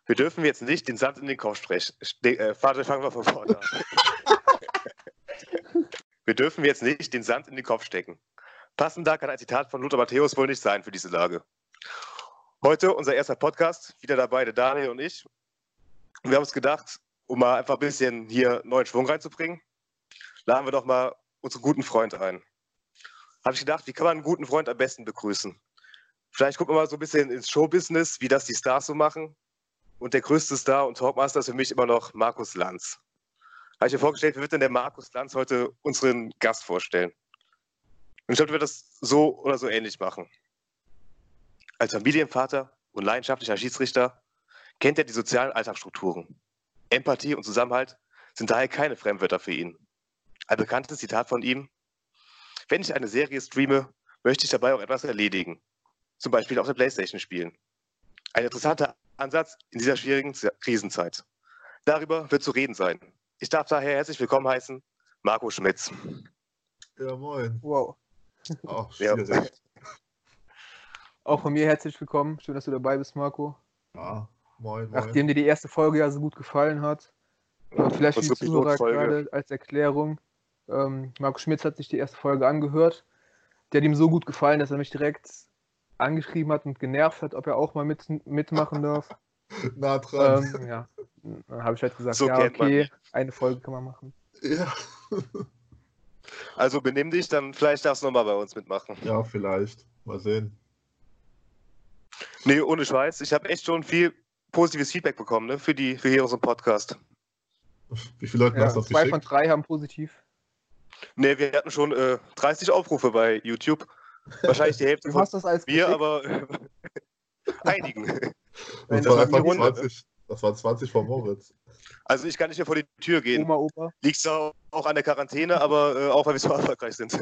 Wir dürfen jetzt nicht den Sand in den Kopf sprechen. Vater, fangen wir von vorne an. Wir dürfen jetzt nicht den Sand in den Kopf stecken. Passender kann ein Zitat von Lothar Matthäus wohl nicht sein für diese Lage. Heute unser erster Podcast, wieder dabei der Daniel und ich. Und wir haben uns gedacht, um mal einfach ein bisschen hier neuen Schwung reinzubringen, laden wir doch mal unseren guten Freund ein. Habe ich gedacht, wie kann man einen guten Freund am besten begrüßen? Vielleicht gucken wir mal so ein bisschen ins Showbusiness, wie das die Stars so machen. Und der größte Star und Talkmaster ist für mich immer noch Markus Lanz. Habe ich mir vorgestellt, wie wird denn der Markus Lanz heute unseren Gast vorstellen? Und ich glaube, wir das so oder so ähnlich machen. Als Familienvater und leidenschaftlicher Schiedsrichter kennt er die sozialen Alltagsstrukturen. Empathie und Zusammenhalt sind daher keine Fremdwörter für ihn. Ein bekanntes Zitat von ihm: Wenn ich eine Serie streame, möchte ich dabei auch etwas erledigen. Zum Beispiel auf der Playstation spielen. Ein interessanter Ansatz in dieser schwierigen Krisenzeit. Darüber wird zu reden sein. Ich darf daher herzlich willkommen heißen, Marco Schmitz. Ja, moin. Wow. Ach, schwierig. Ja. Auch von mir herzlich willkommen. Schön, dass du dabei bist, Marco. Ja, moin. Nachdem dir die erste Folge ja so gut gefallen hat, vielleicht für die Unsere Zuhörer Pilotfolge. gerade als Erklärung. Marco Schmitz hat sich die erste Folge angehört. Die hat ihm so gut gefallen, dass er mich direkt angeschrieben hat und genervt hat, ob er auch mal mitmachen darf. Nah dran. Ja, dann habe ich halt gesagt, So ja, kennt man okay, ihn. eine Folge kann man machen. Ja. Also benimm dich, dann vielleicht darfst du nochmal bei uns mitmachen. Ja, vielleicht. Mal sehen. Nee, ohne Scheiß. Ich habe echt schon viel positives Feedback bekommen, ne, für hier unseren Podcast. Wie viele Leute Ja, hast du das 2 von geschickt? 3 haben positiv. Nee, wir hatten schon 30 Aufrufe bei YouTube. Wahrscheinlich die Hälfte Du von hast das alles mir, geschickt? aber einigen. Nein, Das waren war die einfach Runde. 20. Das waren 20 von Moritz. Also ich kann nicht mehr vor die Tür gehen. Oma, Opa. Liegt auch an der Quarantäne, aber auch weil wir so erfolgreich sind.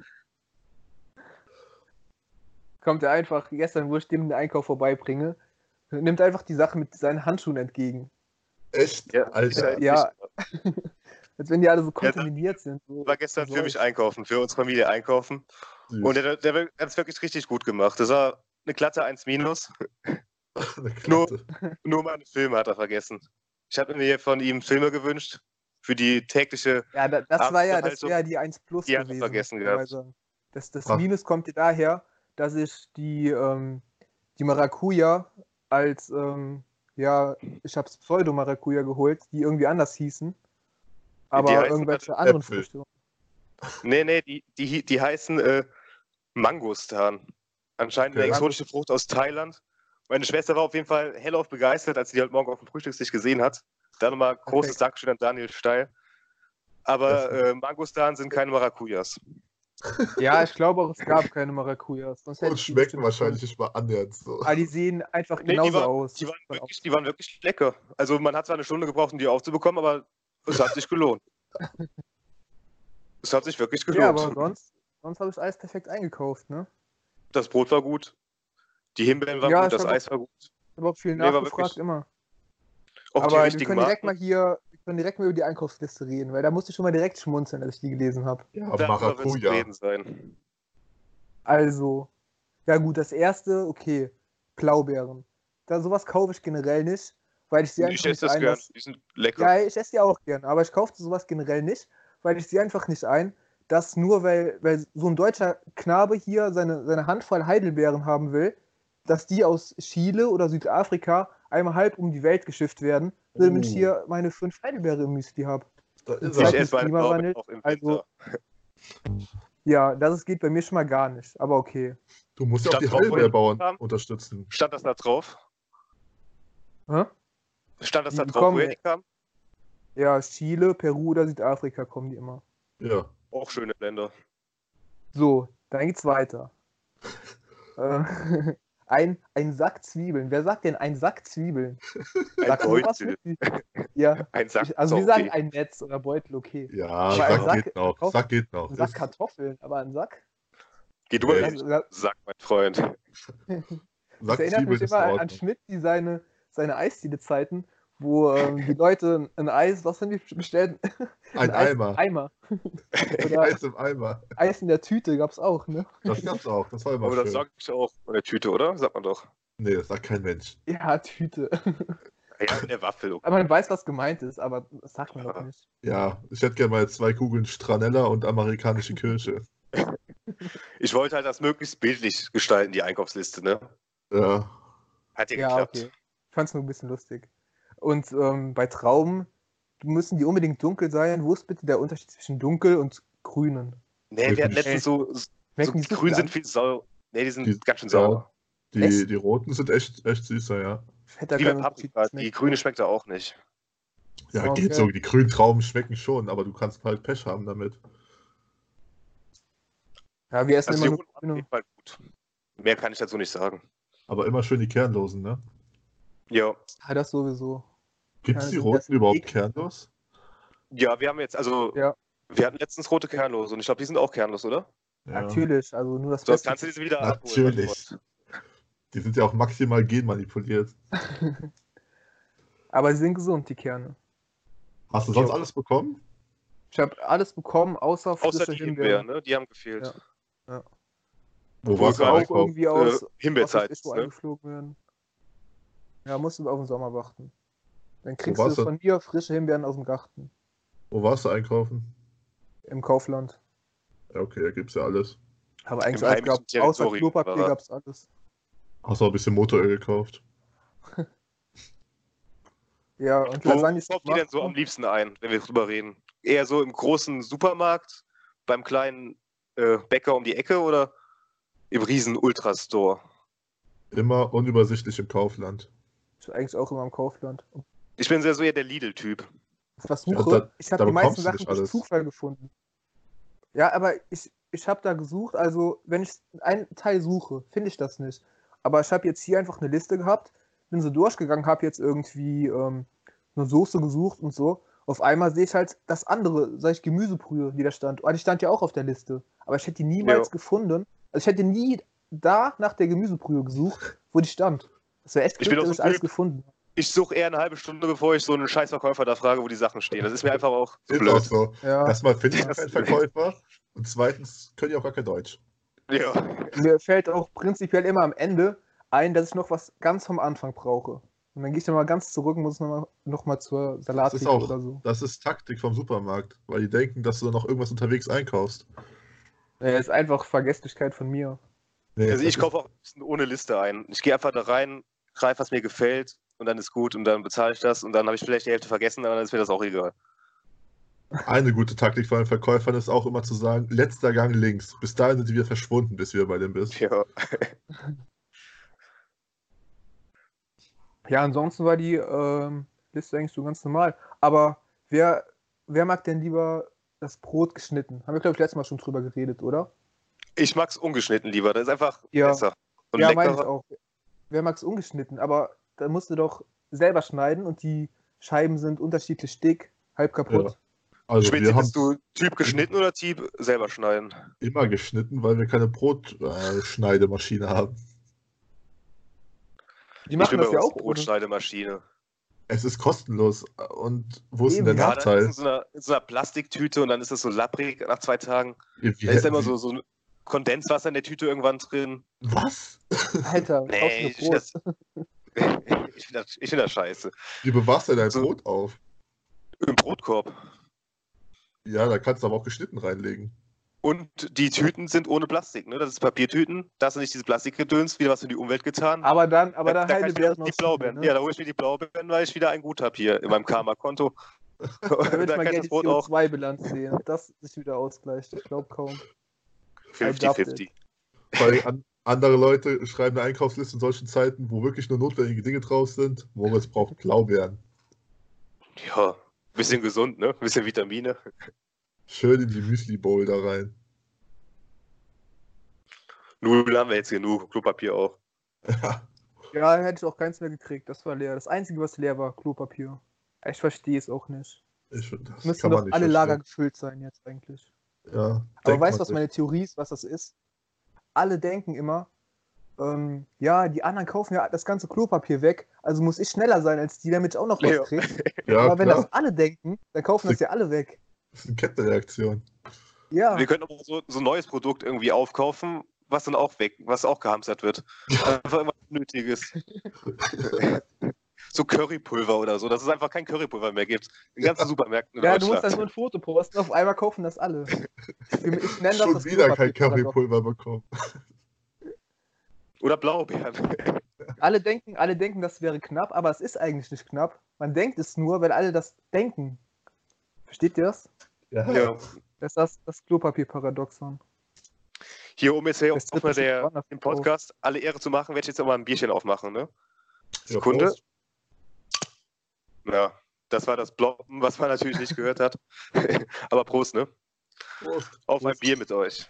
Kommt er einfach, gestern, wo ich dem den Einkauf vorbeibringe, nimmt einfach die Sache mit seinen Handschuhen entgegen. Echt? Ja, Alter. Ja. Als wenn die alle so kontaminiert sind. So. War gestern So. für mich einkaufen, für unsere Familie einkaufen. Süß. Und der hat es wirklich richtig gut gemacht. Das war eine glatte 1-. Eine Klasse. Nur meine Filme hat er vergessen. Ich hatte mir von ihm Filme gewünscht für die tägliche. Ja, das war ja, das Abendunterhaltung. wäre die 1 Plus Die hat er gewesen. vergessen muss man mal gehabt. sagen. Das Ach. Minus kommt ja daher, dass ich die Maracuja als, ja, ich habe Pseudo-Maracuja geholt, die irgendwie anders hießen. Aber heißen irgendwelche halt anderen Äpfel. Früchte. Nee, die heißen Mangostan. Anscheinend eine Okay. exotische Frucht aus Thailand. Meine Schwester war auf jeden Fall hellauf begeistert, als sie die heute Morgen auf dem Frühstückstisch gesehen hat. Da nochmal großes Dankeschön an Daniel Steil. Aber Mangostan sind keine Maracujas. Ja, ich glaube auch, es gab keine Maracujas. Sonst hätte Und ich die schmecken bestimmt wahrscheinlich nicht mal annähernd so. gefunden. Aber die sehen einfach Nee, genauso aus. Die waren wirklich lecker. Also man hat zwar eine Stunde gebraucht, um die aufzubekommen, aber es hat sich gelohnt. Es hat sich wirklich Ja, gelohnt. aber sonst habe ich alles perfekt eingekauft, ne? Das Brot war gut. Die Himbeeren waren Ja, gut, ich das hab Eis war gut. Ich habe auch viel Nee, war nachgefragt, wirklich- immer. Auch die Aber wir richtigen können direkt Marken. mal über die Einkaufsliste reden, weil da musste ich schon mal direkt schmunzeln, als ich die gelesen habe. Ja, Darüber wird zu Maracuja. reden sein. Also, ja gut, das erste, okay, Blaubeeren. Sowas kaufe ich generell nicht, weil ich sie einfach Ich nicht esse das gern. ein. Die sind lecker. Ja, ich esse die auch gern, aber ich kaufe sowas generell nicht, weil ich sehe einfach nicht ein, dass nur weil so ein deutscher Knabe hier seine Handvoll Heidelbeeren haben will, dass die aus Chile oder Südafrika einmal halb um die Welt geschifft werden, damit ich hier meine 5 Heidelbeeren im Müsli habe. Da ist Zeig Ich mir er. esse meine Klimawandel, Blaubeeren auch im also- Winter. Ja, das geht bei mir schon mal gar nicht, aber okay. Du musst ja auch Stand die drauf, woher die Heidelbeerbauern kamen? unterstützen. Stand das da drauf? Hä? Stand das Die da drauf, bekommen- woher die kamen? Ja, Chile, Peru oder Südafrika kommen die immer. Ja. Auch schöne Länder. So, dann geht's weiter. Ein Sack Zwiebeln. Wer sagt denn ein Sack Zwiebeln? Ein Sagt sowas Beutel. wirklich? Ja, Ein Sack. also wir ist sagen okay. ein Netz oder Beutel, okay. Ja, Aber ein Sack Sack geht noch. Kartoffeln- Sack geht noch. Ein Sack Ist- Kartoffeln, aber ein Sack? Geh du mal Ja, in den Das, Sack, mein Freund. das Sack erinnert Zwiebeln mich ist in immer an Ordnung. Schmidt, die seine Eisdiele-Zeiten, wo die Leute ein Eis, was haben die bestellt? Ein Eis Eimer. Eimer. Oder Eis im Eimer. Eis in der Tüte gab's auch, ne? Das gab's auch. Das war immer Aber das schön. sag ich auch. Von der Tüte, oder? Sagt man doch. Nee, das sagt kein Mensch. Ja, Tüte. Ja, in der Waffel. Okay. Aber man weiß, was gemeint ist, aber das sagt man doch Ja. nicht. Ja, ich hätte gerne mal 2 Kugeln Stranella und amerikanische Kirsche. Ich wollte halt das möglichst bildlich gestalten, die Einkaufsliste, ne? Ja. Hat ja Ja, geklappt. okay. Ich fand's nur ein bisschen lustig. Und bei Trauben müssen die unbedingt dunkel sein. Wo ist bitte der Unterschied zwischen dunkel und grünen? Nee, wir hatten Wirklich? letztens so Schmecken die die so Grünen viel sind an? viel sauer. Nee, die sind Die- ganz schön ja. sauer. Echt? Die roten sind echt süßer, ja. Ich hätte da Wie bei keinen Unterschied Paprika. Die geschmeckt. grüne schmeckt da auch nicht. Ja, Okay. geht so. Die grünen Trauben schmecken schon, aber du kannst halt Pech haben damit. Ja, wir essen Also die immer nur roten auf grüne. jeden Fall gut. Mehr kann ich dazu nicht sagen. Aber immer schön die kernlosen, ne? Ja. Ja, das sowieso. Gibt es Ja, die das roten ist überhaupt eklig. kernlos? Ja, wir haben jetzt, also, Ja. wir hatten letztens rote kernlos und ich glaube, die sind auch kernlos, oder? Ja. Natürlich, also nur das So, Beste. kannst du diese wieder Natürlich. abholen. Die sind ja auch maximal genmanipuliert. Aber sie sind gesund, die Kerne. Hast du sonst Jo. alles bekommen? Ich habe alles bekommen, außer Außer frische die Himbeeren. Himbeeren, ne? Die haben gefehlt. Ja. Wo Wo warst du gerade Auch einkaufen? irgendwie aus Himbeerzeit, was weiß ich, wo ne? eingeflogen werden. Ja, musst du auf den Sommer warten. Dann kriegst warst du du? von mir frische Himbeeren aus dem Garten. Wo warst du einkaufen? Im Kaufland. Ja, okay, da gibt's ja alles. Aber eigentlich Im alles heimischen gab, außer Territorium Klopapier war er. gab's alles. Hast du auch ein bisschen Motoröl gekauft? Ja, und Wo Lasagne kauft ihr denn so am liebsten ein, wenn wir drüber reden? Eher so im großen Supermarkt, beim kleinen Bäcker um die Ecke oder im riesen Ultrastore? Immer unübersichtlich im Kaufland. Ich eigentlich auch immer im Kaufland. Ich bin sehr so eher der Lidl-Typ. Was Ja, suche? Ich da habe die bekommst meisten du nicht Sachen durch alles. Zufall gefunden. Ja, aber ich habe da gesucht, also wenn ich einen Teil suche, finde ich das nicht. Aber ich habe jetzt hier einfach eine Liste gehabt, bin so durchgegangen, habe jetzt irgendwie eine Soße gesucht und so. Auf einmal sehe ich halt das andere, sag ich, Gemüsebrühe, die da stand. Und die stand ja auch auf der Liste. Aber ich hätte die niemals Ja. gefunden. Also ich hätte nie da nach der Gemüsebrühe gesucht, wo die stand. Das wäre echt Ich bin Glück, auch dass so ich alles Typ. gefunden habe. Ich suche eher eine halbe Stunde, bevor ich so einen Scheißverkäufer da frage, wo die Sachen stehen. Das ist mir einfach auch zu Ist blöd. auch so. Ja. Erstmal finde ich Das- keinen Verkäufer und zweitens können die auch gar kein Deutsch. Ja. Mir fällt auch prinzipiell immer am Ende ein, dass ich noch was ganz vom Anfang brauche. Und dann gehe ich dann mal ganz zurück und muss noch mal zur Das ist Salattheke auch, oder so. das ist Taktik vom Supermarkt, weil die denken, dass du noch irgendwas unterwegs einkaufst. Ja, ist einfach Vergesslichkeit von mir. Nee, Also das ich kaufe auch ein bisschen ohne Liste ein. Ich gehe einfach da rein, greife, was mir gefällt und dann ist gut und dann bezahle ich das und dann habe ich vielleicht die Hälfte vergessen, aber dann ist mir das auch egal. ist eine gute Taktik von den Verkäufern ist auch immer zu sagen, letzter Gang links. Bis dahin sind die wieder verschwunden, bis du wieder bei dem bist. Ja. Ja, ansonsten war die Liste eigentlich so ganz normal. Aber wer mag denn lieber das Brot geschnitten? Haben wir, glaube ich, letztes Mal schon drüber geredet, oder? Ich mag es ungeschnitten lieber. Das ist einfach Ja. besser. Und Ja, meine ich leckerer. auch. Wer mag es ungeschnitten? Aber da musst du doch selber schneiden und die Scheiben sind unterschiedlich dick, halb kaputt. Also Schmitzi, wir haben bist du Typ geschnitten oder Typ selber schneiden? immer geschnitten, weil wir keine Brotschneidemaschine haben. Die machen ich das bin ja bei auch ohne. Brotschneidemaschine. Es ist kostenlos. Und wo ist denn Eben, der ja, Ja, dann ist Nachteil? in so einer Plastiktüte und dann ist das so lapprig nach 2 Tagen. Wie Da ist da hätten immer sie- so ein Kondenswasser in der Tüte irgendwann drin. Was? Alter, Nee, kaufst du ich finde Brot. das, ich find das scheiße. Wie bewahrst du dein So- Brot auf? Im Brotkorb. Ja, da kannst du aber auch geschnitten reinlegen. Und die Tüten sind ohne Plastik, ne? Das ist Papiertüten. Da hast du nicht diese Plastikgedöns, wieder was für die Umwelt getan. Aber dann da kann ich Heidelbeeren wieder die aus Blaubeeren. Chile, ne? Ja, da hole ich mir die Blaubeeren, weil ich wieder ein Gut habe hier in meinem Karma-Konto. Da würde ich Da mal kann ich gerne das die Brot auch CO2-Bilanz sehen, ob das sich wieder ausgleicht. Ich glaube kaum. I doubt 50-50. Weil andere Leute schreiben eine Einkaufsliste in solchen Zeiten, wo wirklich nur notwendige Dinge drauf sind. Moritz braucht Blaubeeren. Ja, bisschen gesund, ne? Bisschen Vitamine. Schön in die Müsli-Bowl da rein. Nudeln haben wir jetzt genug, Klopapier auch. Ja, hätte ich auch keins mehr gekriegt. Das war leer. Das Einzige, was leer war, Klopapier. Ich verstehe es auch nicht. Ich finde, das Müssen kann man doch nicht alle Lager verstehen. gefüllt sein jetzt eigentlich. Ja, Aber denkt weißt du, man was sich. meine Theorie ist, was das ist? Alle denken immer, ja, die anderen kaufen ja das ganze Klopapier weg, also muss ich schneller sein als die, damit ich auch noch was Ja. kriege. Ja, Aber wenn klar, das alle denken, dann kaufen das ja alle weg. das ist eine Kettenreaktion. Ja, Wir können auch so ein neues Produkt irgendwie aufkaufen, was dann auch weg, was auch gehamstert wird. Einfach immer Nötiges. so Currypulver oder so, dass es einfach kein Currypulver mehr gibt. In ganzen Supermärkten in Ja, du musst dann Deutschland. so ein Foto posten, auf einmal kaufen das alle. Ich nenne das Schon das wieder kein Klopapierparadox. Currypulver bekommen. Oder Blaubeeren. Alle denken, das wäre knapp, aber es ist eigentlich nicht knapp. Man denkt es nur, weil alle das denken. Versteht ihr das? Ja. Das ist das Klopapierparadoxon. Hier, um jetzt hier Das auch tritt mal bestimmt woanders im auf. Podcast alle Ehre zu machen, werde ich jetzt auch mal ein Bierchen aufmachen, ne? Ja, Sekunde. Prost. Ja, das war das Bloppen, was man natürlich nicht gehört hat. Aber Prost, ne? Prost. Auf ein Prost. Bier mit euch.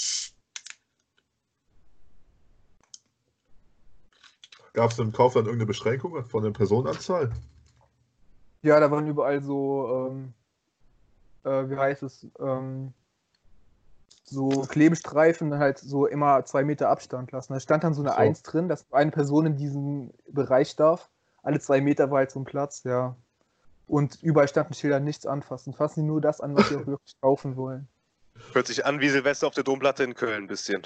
Gab es im Kaufland irgendeine Beschränkung von der Personenanzahl? Ja, da waren überall so, wie heißt es, so Klebestreifen, halt so immer 2 Meter Abstand lassen. Da stand dann so eine So. 1 drin, dass eine Person in diesen Bereich darf. Alle 2 Meter war halt so ein Platz, ja. Und überall standen Schilder, nichts anfassen. Fassen Sie nur das an, was Sie auch wirklich kaufen wollen. Hört sich an wie Silvester auf der Domplatte in Köln ein bisschen.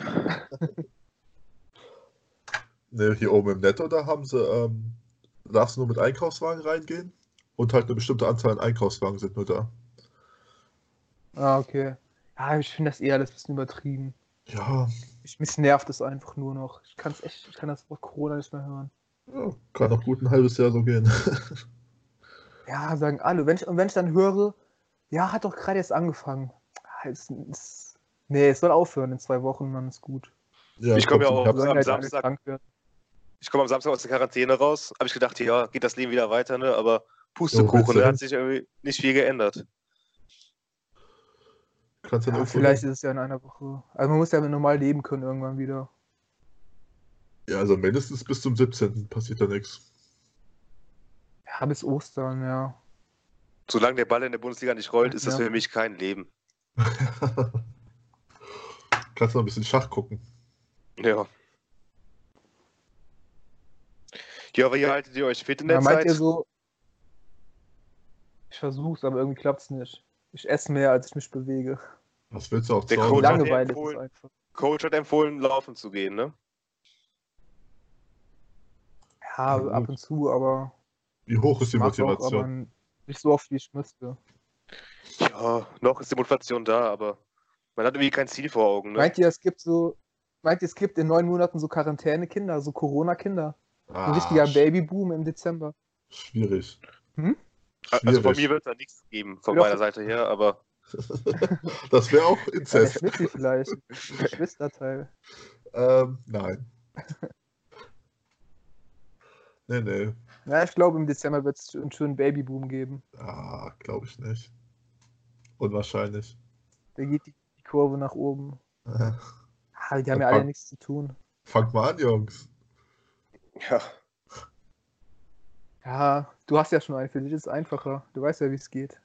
Ne, hier oben im Netto, da haben sie, darfst du nur mit Einkaufswagen reingehen und halt eine bestimmte Anzahl an Einkaufswagen sind nur da. Ah, okay. Ja, ich finde das eher alles ein bisschen übertrieben. Ja, Mich nervt es einfach nur noch. Ich kann das Wort Corona nicht mehr hören. ja, kann auch gut ein halbes Jahr so gehen. Ja, sagen alle. Wenn ich dann höre, ja, hat doch gerade jetzt angefangen. Nee, es soll aufhören in 2 Wochen, dann ist gut. Ja, Ich komme ja kommt zum auch Herbst. Sollen am halt alle Samstag. krank werden. Ich komme am Samstag aus der Quarantäne raus. Habe ich gedacht, ja, geht das Leben wieder weiter, ne? Aber Ja, wo willst Pustekuchen, du da hin? hat sich irgendwie nicht viel geändert. Kannst dann Ja, irgendwo vielleicht hin. ist es ja in einer Woche. Also man muss ja normal leben können irgendwann wieder. Ja, also mindestens bis zum 17. passiert da nichts. Ja, bis Ostern, ja. Solange der Ball in der Bundesliga nicht rollt, ist das Ja. für mich kein Leben. Kannst noch ein bisschen Schach gucken. Ja. Ja, aber hier haltet ihr euch fit in der Ja, meint Zeit? ihr so, ich versuch's, aber irgendwie klappt's nicht. Ich esse mehr, als ich mich bewege. Was willst du auch Der zu Hause Coach machen? hat dir Langeweile ist es empfohlen, einfach. Coach hat empfohlen, laufen zu gehen, ne? Ja, Ja, ab gut. und zu, aber Wie hoch ist ich die mach's auch, aber Motivation? nicht so oft, wie ich müsste. Ja, noch ist die Motivation da, aber man hat irgendwie kein Ziel vor Augen, ne? Meint ihr, es gibt in 9 Monaten so Quarantäne-Kinder, so Corona-Kinder? Ein richtiger Babyboom im Dezember. Schwierig. Hm? Also von Schwierig. mir wird es da nichts geben, von Doch. meiner Seite her, aber Das wäre auch Ja, der Inzest. Schmitzi vielleicht. Ein Geschwisterteil. Nein. Nee. Ja, ich glaube, im Dezember wird es einen schönen Babyboom geben. Ah, glaube ich nicht. Unwahrscheinlich. Da geht die Kurve nach oben. Äh, Ah, die haben ja Fang- alle nichts zu tun. Fangt mal an, Jungs. ja. Ja, du hast ja schon einen, für dich ist es einfacher. Du weißt ja, wie es geht.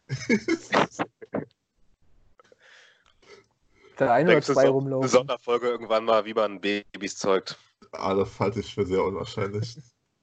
Da ein Da oder gibt es 2 eine rumlaufen. Sonderfolge irgendwann mal, wie man Babys zeugt. Das halte ich für sehr unwahrscheinlich.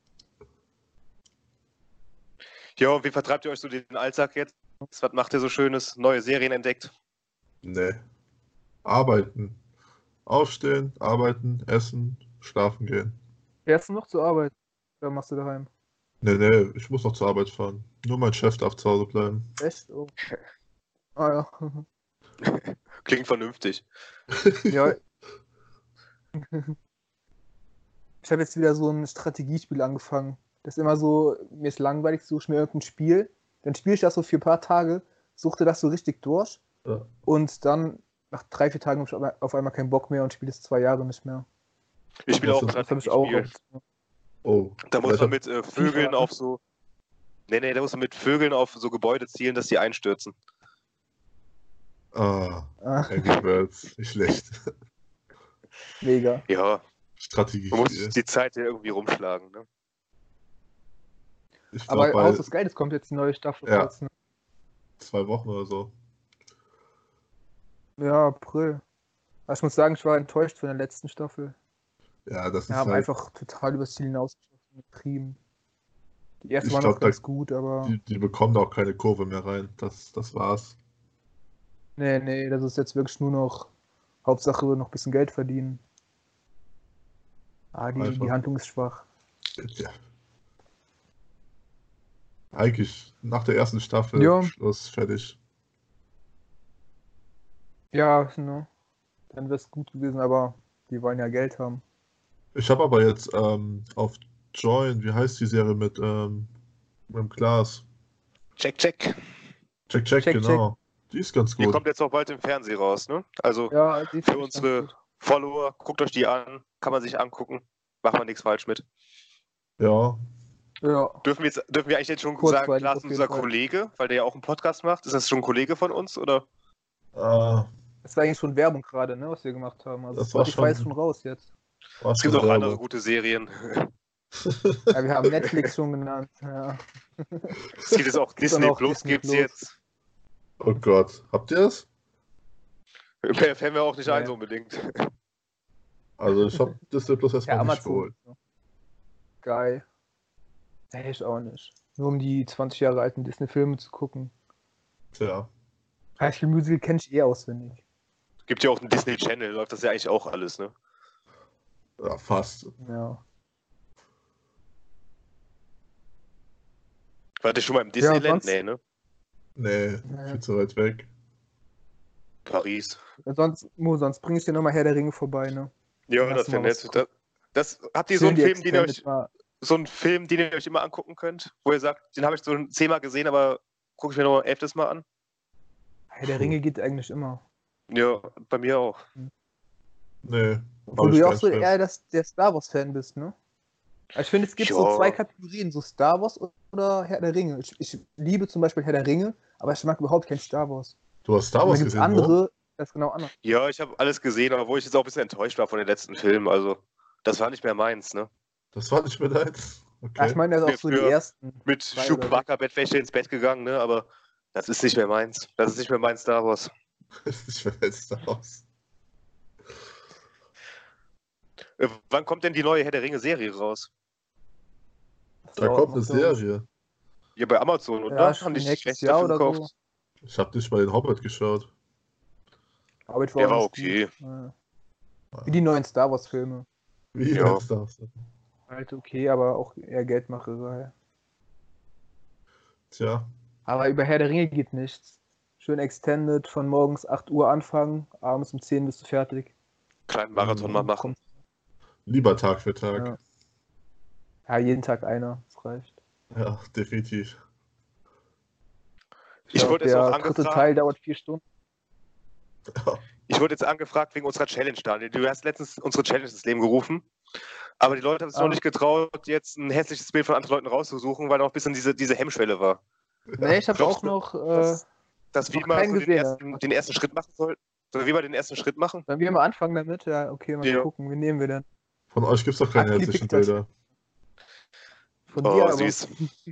Ja, und wie vertreibt ihr euch so den Alltag jetzt? Was macht ihr so Schönes? Neue Serien entdeckt? Nee. Arbeiten. Aufstehen, arbeiten, essen, schlafen gehen. Fährst du noch zur Arbeit? Oder machst du daheim? Nee, ich muss noch zur Arbeit fahren. Nur mein Chef darf zu Hause bleiben. Echt? Oh. Ah ja. Klingt vernünftig. Ja. Ich habe jetzt wieder so ein Strategiespiel angefangen. Das ist immer so, mir ist langweilig, suche ich mir irgendein Spiel. Dann spiele ich das so für ein paar Tage, suchte das so richtig durch. Ja. Und dann nach 3, 4 Tagen habe ich auf einmal keinen Bock mehr und spiele es 2 Jahre nicht mehr. Ich spiele Was auch ist- Das habe ich auch. Strategiespiel. Oh. Da muss man vielleicht mit Vögeln FIFA, auf so. Nee, da muss man mit Vögeln auf so Gebäude zielen, dass die einstürzen. Ah, Ah, Angry Birds. Nicht schlecht. mega. Ja, man muss Strategiespiel. die Zeit ja irgendwie rumschlagen, ne? Ich Aber glaube, Haus bei des Geldes kommt jetzt die neue Staffel. Ja. Jetzt, ne? 2 Wochen oder so. Ja, April. Aber ich muss sagen, ich war enttäuscht von der letzten Staffel. Ja, das Wir ist haben halt. einfach total übers Ziel hinausgeschossen, getrieben. Die erste Ich war glaub, noch ganz gut, aber Die bekommen da auch keine Kurve mehr rein. Das war's. nee, das ist jetzt wirklich nur noch Hauptsache noch ein bisschen Geld verdienen. Die Einfach. Handlung ist schwach. Ja. Eigentlich nach der ersten Staffel, Ja. Schluss, fertig. Ja, ne. Dann wäre es gut gewesen, aber die wollen ja Geld haben. Ich habe aber jetzt auf Join, wie heißt die Serie mit dem Glas? Check, check. Check, Check, genau. Die ist ganz Die gut. kommt jetzt auch bald im Fernsehen raus, ne? Also Ja, die für fand ich ganz unsere gut. Follower, guckt euch die an, kann man sich angucken. Macht man nichts falsch mit. Ja, Ja, Dürfen wir eigentlich jetzt schon Kurzweilig sagen, Klaas, auf jeden unser Fall. Kollege, weil der ja auch einen Podcast macht, ist das schon ein Kollege von uns, oder? das war eigentlich schon Werbung gerade, ne, was wir gemacht haben. Also Das war Spotify ist schon- schon raus jetzt. war Es gibt schon auch andere Werbung. gute Serien. Ja, wir haben Netflix schon genannt. Ja. Es gibt jetzt auch Gibt auch Disney noch Plus, Disney gibt's Plus. jetzt. Oh Gott, habt ihr es? Mehr fällt mir auch nicht ein, Nee. so unbedingt. Also ich habe Disney Plus Ja, erstmal nicht Amazon. geholt. Geil. Nee, ich auch nicht. Nur um die 20 Jahre alten Disney-Filme zu gucken. Tja, High School Musical kenne ich auswendig. Gibt ja auch einen Disney Channel, läuft das ja eigentlich auch alles, ne? ja, fast. Ja. Wart ihr schon mal im Ja, Disneyland? sonst- Nee, ne? Nee, Nee. viel zu weit weg. Paris. Sonst bringe ich dir nochmal Herr der Ringe vorbei, ne? Ja, Dann das hast du wäre mal was nett. zu Habt ihr so Schön einen die Film, Extended mal. so einen Film, den ihr euch immer angucken könnt, wo ihr sagt, den habe ich so 10-mal gesehen, aber gucke ich mir noch ein 11. Mal an? Herr der Ringe geht eigentlich immer. Ja, bei mir auch. Nee, Obwohl hab du ich ja auch keinen so Film. eher der Star Wars-Fan bist, ne? Also ich finde, es gibt so Ja. 2 Kategorien, so Star Wars oder Herr der Ringe. Ich liebe zum Beispiel Herr der Ringe, aber ich mag überhaupt kein Star Wars. Du hast Star Und dann Wars gibt es gesehen, Mo? andere, das ist genau anders. Ja, ich habe alles gesehen, obwohl ich jetzt auch ein bisschen enttäuscht war von den letzten Filmen. Also, das war nicht mehr meins, ne? Das war nicht mehr deins. Ja, Okay. ich meine, das Mir auch so die früher ersten. Mit 2 oder Chewbacca-Bettwäsche ins Bett gegangen, ne? Aber das ist nicht mehr meins. Das ist nicht mehr mein Star Wars. Das ist nicht mehr dein Star Wars. Wann kommt denn die neue Herr der Ringe-Serie raus? Das Da dauert kommt noch, eine glaub ich. Serie. Ja, bei Amazon, oder? Ja, Haben die sich nächstes Rechte Jahr dafür oder gekauft? so. Ich habe nicht mal den Hobbit geschaut. Aber ich Der war auch okay. nicht gut. Ja. Wie die neuen Star Wars-Filme. Wie Ja. dein Star Wars? Halt okay, aber auch eher Geldmacherei. Tja, Aber über Herr der Ringe geht nichts. Schön extended, von morgens 8 Uhr anfangen, abends um 10 bist du fertig. Kleinen Marathon mal machen. Kommt, lieber Tag für Tag. ja. Ja, jeden Tag einer, das reicht. Ja, definitiv. Ich glaub, wurde jetzt auch der dritte angefragt. Teil dauert 4 Stunden. Ja. Ich wurde jetzt angefragt wegen unserer Challenge, Daniel. Du hast letztens unsere Challenge ins Leben gerufen. Aber die Leute haben es noch nicht getraut, jetzt ein hässliches Bild von anderen Leuten rauszusuchen, weil noch ein bisschen diese Hemmschwelle war. Nee, ich habe Glaubst auch du, noch, Dass wir noch mal keinen so gesehen. den ersten Schritt machen sollten? Sollen wir mal den ersten Schritt machen? wenn wir mal anfangen damit, ja, okay, mal Ja. gucken, wen nehmen wir denn? Von euch gibt es doch keine Akli hässlichen pickt das. Bilder. Von Oh, dir aber. süß.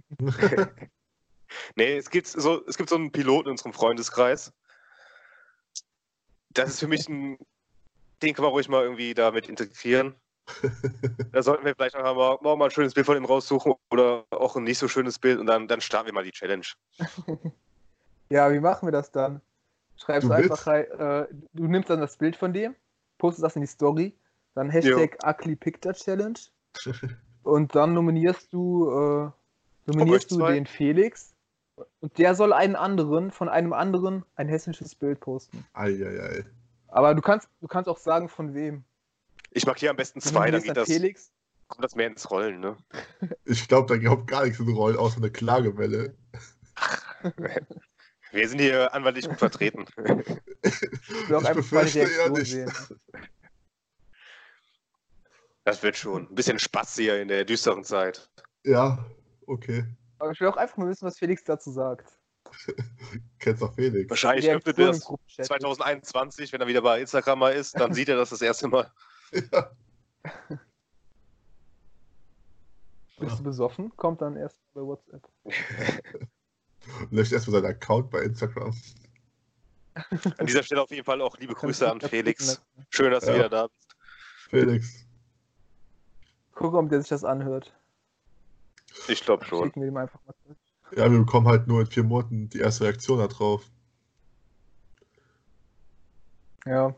Nee, es gibt so einen Piloten in unserem Freundeskreis. Das ist für mich den können wir ruhig mal irgendwie damit integrieren. Da sollten wir vielleicht einfach morgen mal ein schönes Bild von ihm raussuchen oder auch ein nicht so schönes Bild und dann starten wir mal die Challenge. Ja, wie machen wir das dann? Schreibst Du einfach rein, du nimmst dann das Bild von dem, postest das in die Story, dann Hashtag AkliPicture-Challenge und dann nominierst du zwei. den Felix und der soll von einem anderen ein hässliches Bild posten. Eieiei. Aber du kannst auch sagen, von wem. Ich markiere am besten Du 2, dann nominierst Felix. kommt das mehr ins Rollen, ne? Ich glaube, da kommt gar nichts in Rollen, außer eine Klagewelle. Wir sind hier anwaltlich gut vertreten. Ich will auch Ich einfach mal die befürchte eher Reaktion nicht. sehen. Das wird schon. Ein bisschen Spaß hier in der düsteren Zeit. Ja, okay. Aber ich will auch einfach mal wissen, was Felix dazu sagt. Kennst doch Felix. Wahrscheinlich Die öffnet Reaktion er im es Gruppenchat. 2021, wenn er wieder bei Instagram mal ist, dann sieht er das erste Mal. Ja. Bist du besoffen? Kommt dann erst bei WhatsApp. Löscht erstmal seinen Account bei Instagram. An dieser Stelle auf jeden Fall auch liebe Grüße an Kannst du Felix. das klicken Schön, dass du Ja. wieder da bist. Felix. lassen. Guck, ob der sich das anhört. Ich glaube schon. Schicken wir ihm einfach mal. Ja, wir bekommen halt nur in 4 Monaten die erste Reaktion da drauf. Ja.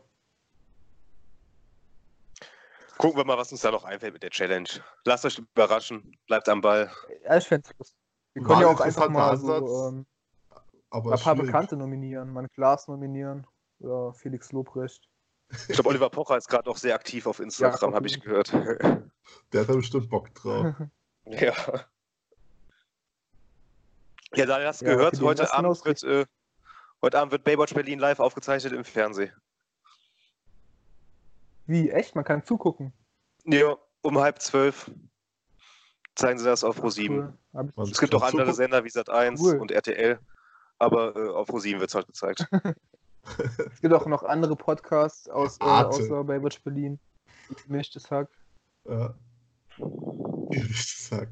Gucken wir mal, was uns da noch einfällt mit der Challenge. Lasst euch überraschen. Bleibt am Ball. Ja, ich fände es lustig. Wir War können ja ein auch einfach interessanter mal so Ansatz, aber mal ein paar schwierig. Bekannte nominieren, mal einen Klaas nominieren oder Felix Lobrecht. Ich glaube, Oliver Pocher ist gerade auch sehr aktiv auf Instagram, Ja, habe ich gehört. Der hat da bestimmt Bock drauf. Ja. Ja, Daniel, hast du Ja, aber für gehört, den heute das genau Abend ist wird Baywatch Berlin live aufgezeichnet im Fernsehen. Wie, echt? Man kann zugucken. Ja, um 11:30 zeigen sie das auf Ach, ProSieben. cool. Hab ich- Man Es gibt auch kann andere zugucken. Sender wie Sat.1 Cool. und RTL, aber auf ProSieben wird es halt gezeigt. Es gibt auch noch andere Podcasts Arte. außer Baywatch Berlin. Gemischtes Hack. Ja. Ich sag.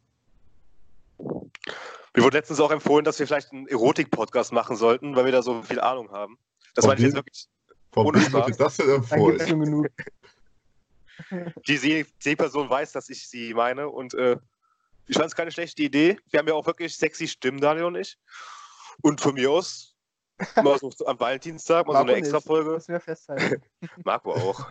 Mir wurde letztens auch empfohlen, dass wir vielleicht einen Erotik-Podcast machen sollten, weil wir da so viel Ahnung haben. Das Von meine ich jetzt wem? wirklich. Von Ohne wem wird Spaß. dir das denn Dann gibt es empfohlen? schon genug. Die Person weiß, dass ich sie meine und ich fand es keine schlechte Idee. Wir haben ja auch wirklich sexy Stimmen, Daniel und ich. Und von mir aus, mal so am Valentinstag, mal so eine Marco nicht. Extra-Folge. Müssen wir festhalten. Marco auch.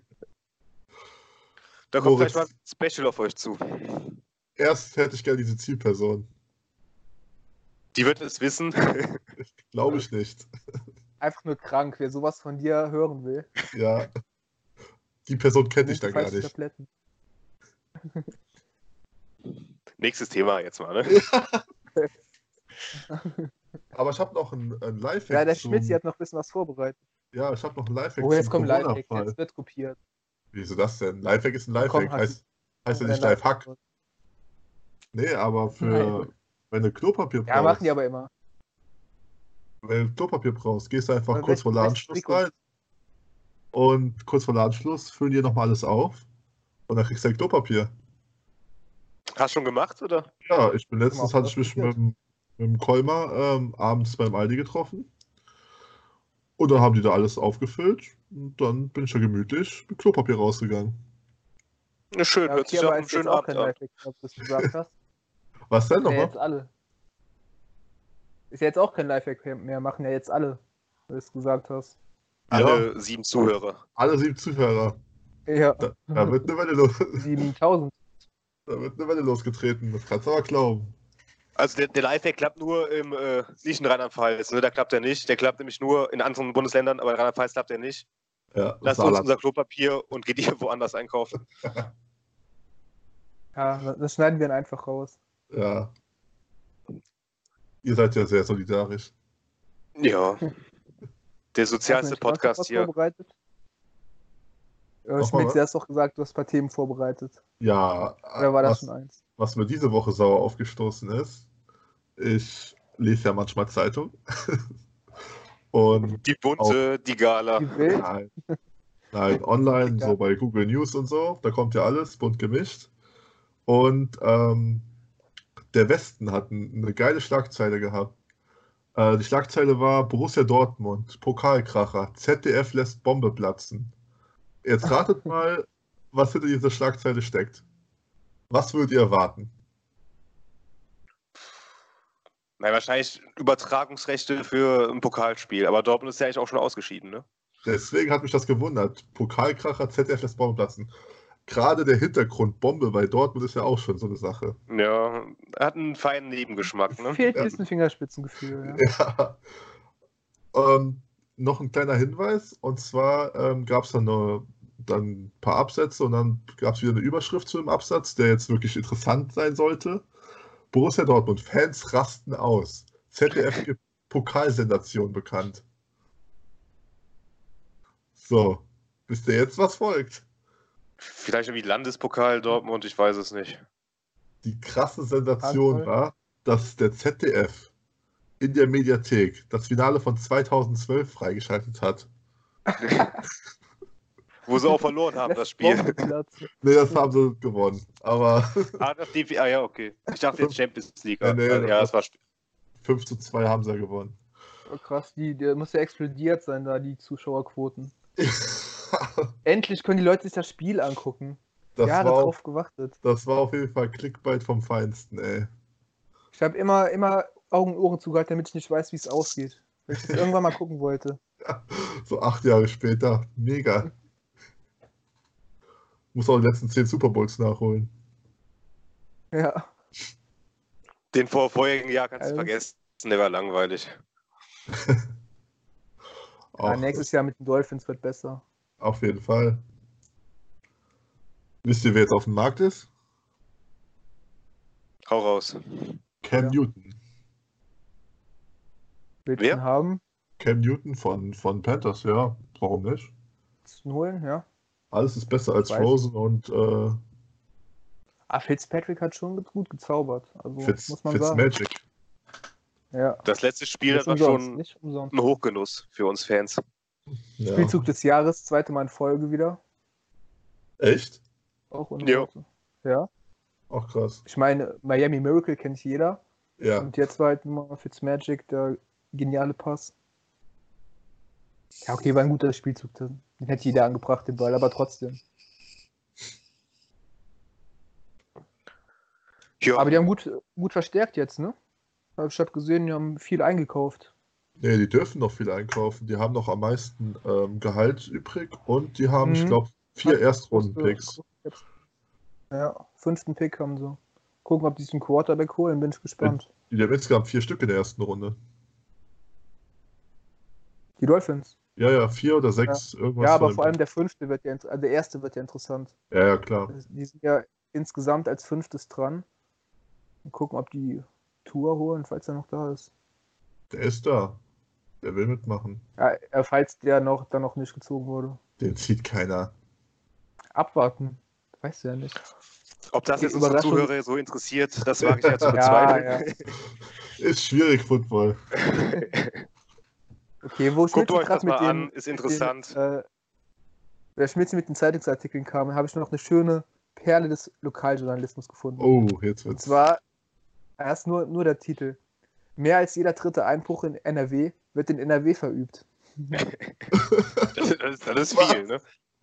Da kommt Moritz. vielleicht mal ein Special auf euch zu. Erst hätte ich gerne diese Zielperson. Die wird es wissen. Glaube ich nicht. Einfach nur krank, wer sowas von dir hören will. Ja. Die Person kenne ich nimmt da gar falsche nicht. Tabletten. Nächstes Thema jetzt mal, ne? Aber ich habe noch ein Lifehack Ja, der zum... Schmitzi hat noch ein bisschen was vorbereitet. Ja, ich habe noch ein Lifehack Oh, jetzt zum kommt Lifehack, Corona-Fall. jetzt wird kopiert. Wieso das denn? Lifehack ist ein Ja, komm, Lifehack. hast Heißt ja Dein nicht Lifehack. Lifehack. Nee, aber für... Nein. Wenn du Klopapier Ja, brauchst, machen die aber immer. wenn du Klopapier brauchst, gehst du einfach Aber kurz vor welches Ladenschluss Trikot? rein. Und kurz vor Ladenschluss füllen die nochmal alles auf. Und dann kriegst du dein Klopapier. Hast du schon gemacht, oder? Ja, ich bin letztens, Mal hatte ich mich ausprobiert. mit dem Kolmer abends beim Aldi getroffen. Und dann haben die da alles aufgefüllt. Und dann bin ich ja gemütlich mit Klopapier rausgegangen. Ja, schön, Ja, hört okay, sich aber auf einen ist jetzt schönen auch Abend kein an. Lifehack, ob du es gesagt hast. Was denn Machen ja nochmal? jetzt alle. Ist ja jetzt auch kein Lifehack mehr, machen ja jetzt alle, wenn du es gesagt hast. Alle 7 Zuhörer. Alle 7 Zuhörer. Ja, Da wird eine Welle los. 7000. Da wird eine Welle losgetreten. Das kannst du aber glauben. Also der Lifehack klappt nur nicht in Rheinland-Pfalz, ne? Da klappt er nicht. Der klappt nämlich nur in anderen Bundesländern, aber in Rheinland-Pfalz klappt er nicht. Ja, Lasst uns unser Klopapier und geht ihr woanders einkaufen. Ja, das schneiden wir dann einfach raus. Ja. Ihr seid ja sehr solidarisch. Ja. Der Hast du sozialste nicht sonst noch Podcast was hier. vorbereitet? Nochmal Schmitz, was? du hast doch gesagt, du hast ein paar Themen vorbereitet. Ja, Oder war das schon eins? was mir diese Woche sauer aufgestoßen ist, ich lese ja manchmal Zeitung. Und Die Bunte, die Gala. Die Bild? nein, online, Egal. so bei Google News und so, da kommt ja alles bunt gemischt. Und der Westen hat eine geile Schlagzeile gehabt. Die Schlagzeile war Borussia Dortmund, Pokalkracher, ZDF lässt Bombe platzen. Jetzt ratet mal, was hinter dieser Schlagzeile steckt. Was würdet ihr erwarten? Nein, wahrscheinlich Übertragungsrechte für ein Pokalspiel. Aber Dortmund ist ja eigentlich auch schon ausgeschieden, ne? Deswegen hat mich das gewundert. Pokalkracher, ZDF lässt Bombe platzen. Gerade der Hintergrund Bombe bei Dortmund ist ja auch schon so eine Sache. Ja, hat einen feinen Nebengeschmack, ne? Fehlt Ja. ein bisschen Fingerspitzengefühl. Ja. Ja. Noch ein kleiner Hinweis, und zwar gab es dann ein paar Absätze und dann gab es wieder eine Überschrift zu dem Absatz, der jetzt wirklich interessant sein sollte. Borussia Dortmund, Fans rasten aus. ZDF gibt Pokalsensation bekannt. So, wisst ihr jetzt, was folgt? Vielleicht irgendwie Landespokal Dortmund, ich weiß es nicht. Die krasse Sensation Handvoll. war, dass der ZDF in der Mediathek das Finale von 2012 freigeschaltet hat. Wo sie auch verloren haben, das Spiel. Bombenplatz. Ne, das haben sie gewonnen. Aber Ja, okay. Ich dachte jetzt Champions League. Nee, Ja, das war 5:2 haben sie gewonnen. Oh, krass, der muss ja explodiert sein, da die Zuschauerquoten. Endlich können die Leute sich das Spiel angucken. Das, Ja, war darauf gewartet. das war auf jeden Fall Clickbait vom Feinsten, ey. Ich habe immer Augen und Ohren zugehört, damit ich nicht weiß, wie es ausgeht. Weil ich das irgendwann mal gucken wollte. So 8 Jahre später. Mega. Muss auch die letzten 10 Super Bowls nachholen. Ja. Den vorherigen Jahr kannst du Also- vergessen, der war langweilig. Ja, nächstes Jahr mit den Dolphins wird besser. Auf jeden Fall. Wisst ihr, wer jetzt auf dem Markt ist? Hau raus. Cam Ja. Newton. Willst Wer? du ihn haben? Cam Newton von Panthers, ja. Warum nicht? Willst du ihn holen? Ja. Alles ist besser als Weiß. Rosen und Fitzpatrick hat schon gut gezaubert. Also muss man sagen. Fitzmagic. Ja. Das letzte Spiel, das Nicht war umsonst, schon nicht umsonst. ein Hochgenuss für uns Fans. Ja. Spielzug des Jahres, zweite Mal in Folge wieder. Echt? Auch ohne Ja. Worte. Ja. Auch krass. Ich meine, Miami Miracle kennt jeder. Ja. Und jetzt war halt mal Fitzmagic der geniale Pass. Ja, okay, war ein guter Spielzug. Den hätte jeder angebracht, den Ball, aber trotzdem. Ja, Aber die haben gut verstärkt jetzt, ne? Ich habe gesehen, die haben viel eingekauft. Nee, die dürfen noch viel einkaufen. Die haben noch am meisten Gehalt übrig und die haben, ich Mhm. glaube, 4 Erstrunden-Picks. Ja, 5. Pick haben sie. Gucken, ob die einen Quarterback holen, bin ich gespannt. Die haben insgesamt 4 Stück in der ersten Runde. Die Dolphins. Ja, 4 oder 6, irgendwas. Ja, aber von vor dem- allem der 5. wird ja, also der erste wird ja interessant. Ja, klar. Die sind ja insgesamt als 5. dran. Und gucken, ob die Tour holen, falls er noch da ist. Der ist da. Der will mitmachen. Ja, falls der dann noch nicht gezogen wurde. Den zieht keiner. Abwarten. Weißt du ja nicht. ob das jetzt unsere Überraschung. Zuhörer so interessiert, das wage ich ja zu Ja, bezweifeln. Ist schwierig, Football. Okay, wo Guckt Schmitzi euch grad das mal mit an, ist interessant. wer Schmitzi mit den Zeitungsartikeln kam, habe ich noch eine schöne Perle des Lokaljournalismus gefunden. Oh, jetzt Und wird's. zwar erst nur der Titel. Mehr als jeder dritte Einbruch in NRW wird in NRW verübt. Das ist viel, ne?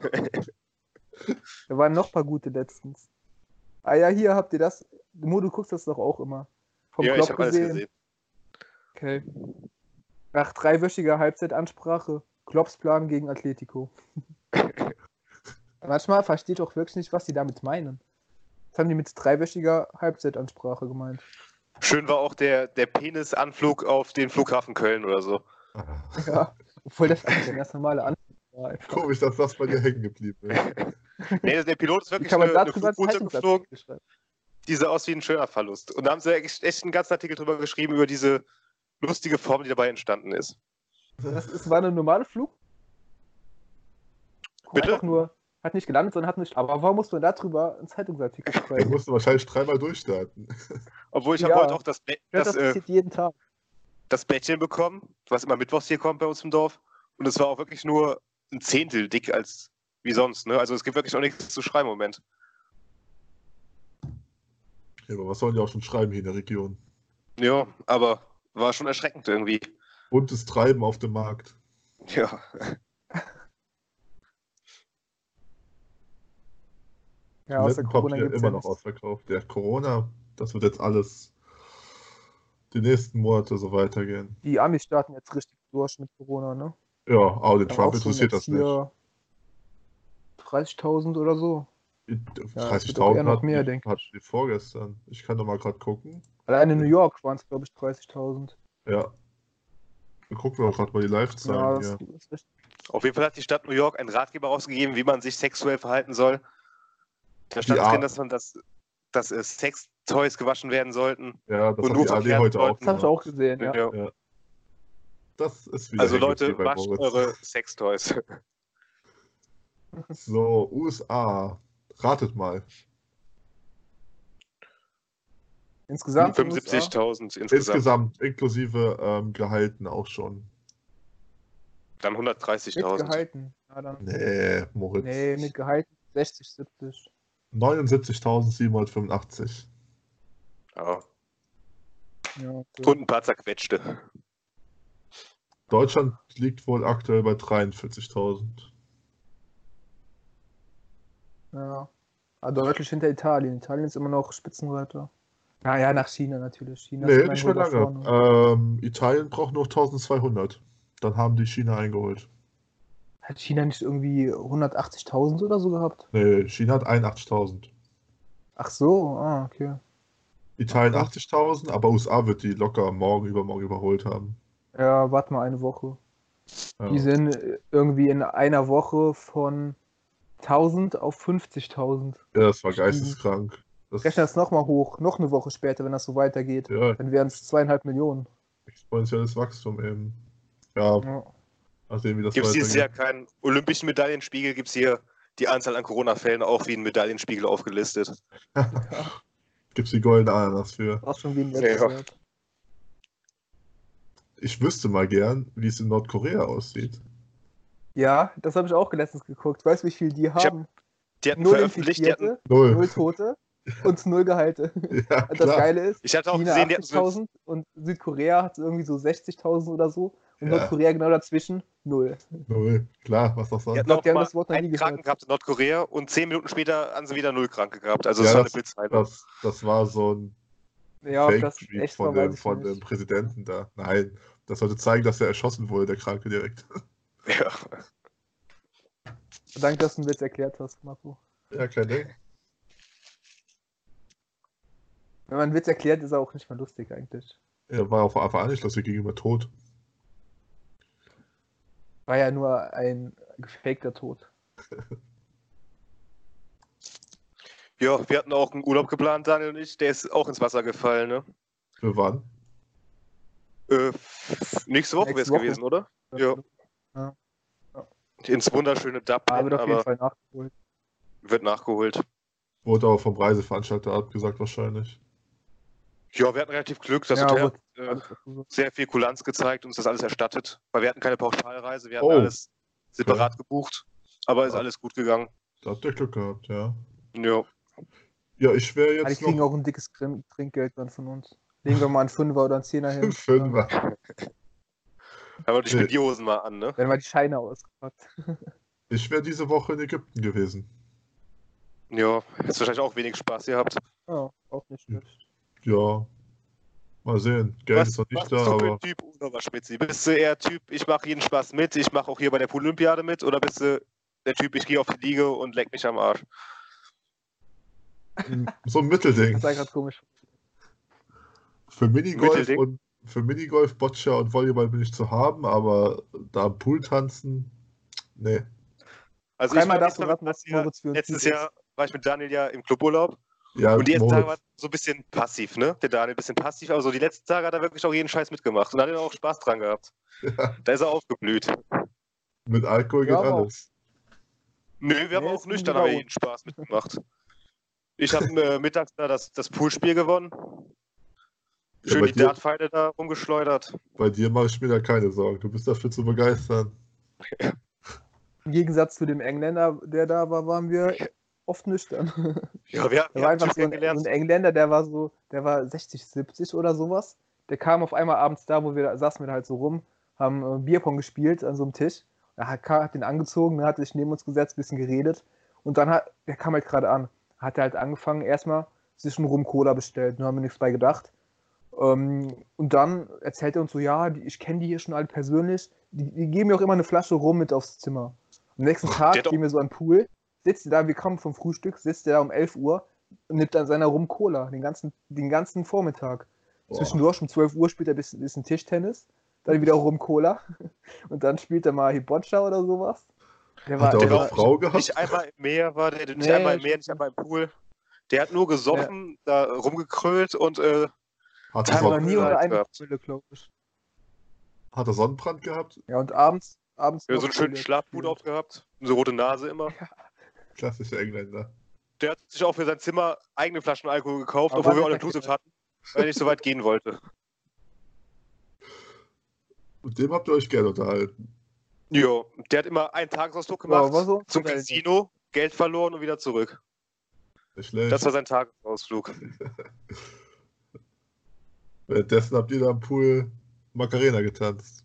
Da waren noch ein paar gute letztens. Ah ja, hier habt ihr das. Mo, du guckst das doch auch immer. Vom Ja, ich Klopp habe alles gesehen. Okay. Nach 3-wöchiger Halbzeitansprache, Klopps Plan gegen Atletico. Manchmal verstehe ich auch wirklich nicht, was die damit meinen. Was haben die mit 3-wöchiger Halbzeitansprache gemeint? Schön war auch der Penisanflug auf den Flughafen Köln oder so. Ja, obwohl das eigentlich ein ganz normaler Anflug war. Einfach. Komisch, dass das bei dir hängen geblieben ist. Nee, der Pilot ist Wie wirklich kann man eine darüber einen Flugroute geflogen, Zeitungsartikel schreiben? die sah aus wie ein schöner Verlust. Und da haben sie echt einen ganzen Artikel drüber geschrieben, über diese lustige Form, die dabei entstanden ist. War eine normale Flug? Bitte? Einfach nur, hat nicht gelandet, sondern hat nicht. Aber warum muss man darüber einen Zeitungsartikel Der schreiben? musste wahrscheinlich 3-mal durchstarten. Obwohl ich Ja. habe heute auch das passiert jeden Tag. Bettchen bekommen, was immer mittwochs hier kommt bei uns im Dorf. Und es war auch wirklich nur ein Zehntel dick als wie sonst. Ne? Also es gibt wirklich noch nichts zu schreiben im Moment. Ja, aber was sollen die auch schon schreiben hier in der Region? Ja, aber war schon erschreckend irgendwie. Buntes Treiben auf dem Markt. Ja. Ja, außer Toiletten Corona ja gibt es immer ja noch nichts. ausverkauft. Der Corona, das wird jetzt alles die nächsten Monate so weitergehen. Die Amis starten jetzt richtig durch mit Corona, ne? Ja, aber den Ja, Trump auch schon interessiert das jetzt hier 30.000 oder so. nicht. es wird auch eher 30.000 noch mehr, denke hat die vorgestern. Ich kann doch mal gerade gucken. Allein in New York waren es, glaube ich, 30.000. Ja. Wir gucken wir gerade mal die Ja, Live-Zahlen das hier. ist echt. Auf jeden Fall hat die Stadt New York einen Ratgeber rausgegeben, wie man sich sexuell verhalten soll. Da stand Die drin, dass Sextoys gewaschen werden sollten. Ja, das Und hat nur die AD verkehrt heute auch Leuten. Das habe ich auch gesehen, ja. Ja. Das ist wieder Also hängen Leute, geblieben bei wascht Moritz. eure Sextoys. So, USA. Ratet mal. Insgesamt in den USA? 75.000 insgesamt. Insgesamt, inklusive Gehalten auch schon. Dann Mit 130.000. gehalten. Ja, dann, Nee, Moritz. nee, mit gehalten 60, 70. 79.785. Ja. Ja, okay. Und ein paar zerquetschte. Deutschland liegt wohl aktuell bei 43.000. Ja. Aber deutlich hinter Italien. Italien ist immer noch Spitzenreiter. Ja, nach China natürlich. China Nee, ist nicht mehr meilenweit lange. vorne. Italien braucht nur 1.200. Dann haben die China eingeholt. Hat China nicht irgendwie 180.000 oder so gehabt? Nee, China hat 81.000. Ach so, okay. Italien Ach, 80.000, aber USA wird die locker morgen, übermorgen überholt haben. ja, warte mal eine Woche. Die Ja, sind irgendwie in einer Woche von 1000 auf 50.000 ja, das war gestiegen. geisteskrank. Rechne das Das, nochmal hoch, noch eine Woche später, wenn das so weitergeht. ja, Dann wären es 2,5 Millionen. exponentielles Wachstum eben. Ja, Ja. mal sehen, wie das Gibt es dieses weitergeht. Jahr keinen olympischen Medaillenspiegel, gibt es hier die Anzahl an Corona-Fällen auch wie ein Medaillenspiegel aufgelistet. Ja, Gibt's die goldene Ananas für. auch schon wie ein Ja. Wettbewerb. Ich wüsste mal gern, wie es in Nordkorea aussieht. Ja, das habe ich auch letztens geguckt. Weißt du, wie viel die Ich hab, haben? die hatten 0 veröffentlicht, Infizierte, Null. 0 Tote und 0 Gehalte. Ja, Und das klar. Geile ist, ich hatte auch China gesehen, die hatten so 80.000 und Südkorea hat irgendwie so 60.000 oder so. Und Ja. Nordkorea genau dazwischen 0. Null. Klar, was auch Die sonst. hatten glaub, auch die haben mal das Wort noch nie einen Kranken gehört. gehabt in Nordkorea und 10 Minuten später haben sie wieder 0 Kranke gehabt. Also Ja, das war eine das, Blitzheilung. das war so ein Ja, ob das Fake-Tweet echt war, weiß ich von dem nicht. Präsidenten da. Nein, das sollte zeigen, dass er erschossen wurde, der Kranke direkt. Ja. Danke, dass du mir jetzt erklärt hast, Marco. Ja, kein Ding. Wenn man einen Witz erklärt, ist er auch nicht mehr lustig eigentlich. Er war auf Anfang an nicht lustig gegenüber tot. War ja nur ein gefakter Tod. Ja, wir hatten auch einen Urlaub geplant, Daniel und ich. Der ist auch ins Wasser gefallen, ne? Für wann? Nächste Woche wäre es Nächste Woche. gewesen, oder? Ja. Ja. Ins wunderschöne Aber Dublin, wird auf jeden aber Fall nachgeholt. wird nachgeholt. Wurde aber vom Reiseveranstalter abgesagt wahrscheinlich. Ja, wir hatten relativ Glück. Das Ja, Hotel wird hat alles dazu so. sehr viel Kulanz gezeigt, uns das alles erstattet. Weil wir hatten keine Pauschalreise, wir hatten Oh. alles separat gebucht. Aber ist Ja. alles gut gegangen. Da habt ihr Glück gehabt, ja. Ja. Ja, ich wäre Ja, die jetzt kriegen noch auch ein dickes Trinkgeld dann von uns. Legen wir mal einen Fünfer oder einen Zehner hin. Fünfer. Haben wir die Nee. Spendierhosen mal an, ne? Werden mal die Scheine ausgepackt. Ich wäre diese Woche in Ägypten gewesen. Ja, jetzt wahrscheinlich auch wenig Spaß gehabt. Ja, auch nicht schlecht. Ja, mal sehen. Geld ist noch Was nicht bist da, du für aber ein Typ, Urlauber Schmitzi? Bist du eher Typ, ich mache jeden Spaß mit, ich mache auch hier bei der Olympiade mit? Oder bist du der Typ, ich gehe auf die Liege und leck mich am Arsch? so ein Mittelding. Das sah gerade komisch. Für Minigolf Mittelding? und für Minigolf, Boccia und Volleyball bin ich zu haben, aber da am Pool tanzen, nee. Also Dreimal ich darfst du war mit raten, was Daniel, Moritz für ein letztes Typ Jahr war ich mit Daniel ja im Cluburlaub Ja, und die ersten Tage Moritz. war so ein bisschen passiv, ne? Der Daniel ein bisschen passiv, aber so die letzten Tage hat er wirklich auch jeden Scheiß mitgemacht und hat er auch Spaß dran gehabt. Ja, Da ist er aufgeblüht. mit Alkohol Ja, geht aber auch- alles. Nö, wir haben Nee, auch ist nüchtern lieber aber jeden Spaß mitgemacht. Ich habe mittags da das Poolspiel gewonnen. Ja, Schön bei die dir- Dartpfeile da rumgeschleudert. Bei dir mache ich mir da keine Sorgen. Du bist dafür zu begeistern. Im Gegensatz zu dem Engländer, der da war, waren wir oft nüchtern. Ja, wir Da haben war einen einfach Typ so ein kennengelernt. Engländer, der war 60, 70 oder sowas. Der kam auf einmal abends da, saßen wir da halt so rum, haben Bierpong gespielt an so einem Tisch. Hat den angezogen, dann hat sich neben uns gesetzt, ein bisschen geredet. Und der kam halt gerade an. Hat er halt angefangen, erstmal sich einen Rum Cola bestellt. Nur haben wir nichts bei gedacht. Und dann erzählt er uns so, ja, ich kenne die hier schon alle persönlich. Die geben mir auch immer eine Flasche Rum mit aufs Zimmer. Am nächsten Tag Der hat auch- gehen wir so an den Pool, sitzt er da, wir kommen vom Frühstück, sitzt er da um 11 Uhr und nimmt dann seiner Rum Cola den ganzen Vormittag. Boah. Zwischendurch um 12 Uhr spielt er ein bisschen Tischtennis, dann wieder Rum Cola und dann spielt er mal Boccia oder sowas. Hat er auch Der eine war Frau gehabt? nicht einmal im Meer, war der nicht Nee, einmal im Meer, nicht einmal im Pool. Der hat nur gesoffen, da rumgekrölt und Hat er, Teilweise aber Sonnen nie unter eine gehabt. Promille, glaube ich. hat er Sonnenbrand gehabt? Ja, und abends ja, noch so einen schönen Billard Schlafhut gespielt. aufgehabt, so rote Nase immer. Klassische Engländer. Der hat sich auch für sein Zimmer eigene Flaschen Alkohol gekauft, Aber obwohl wir war all netter inclusive Kerl. hatten, weil er nicht so weit gehen wollte. Mit dem habt ihr euch gerne unterhalten. Jo, der hat immer einen Tagesausflug Ja, gemacht war so zum modell. Casino, Geld verloren und wieder zurück. Nicht schlecht. Das war sein Tagesausflug. Währenddessen habt ihr da am Pool Macarena getanzt.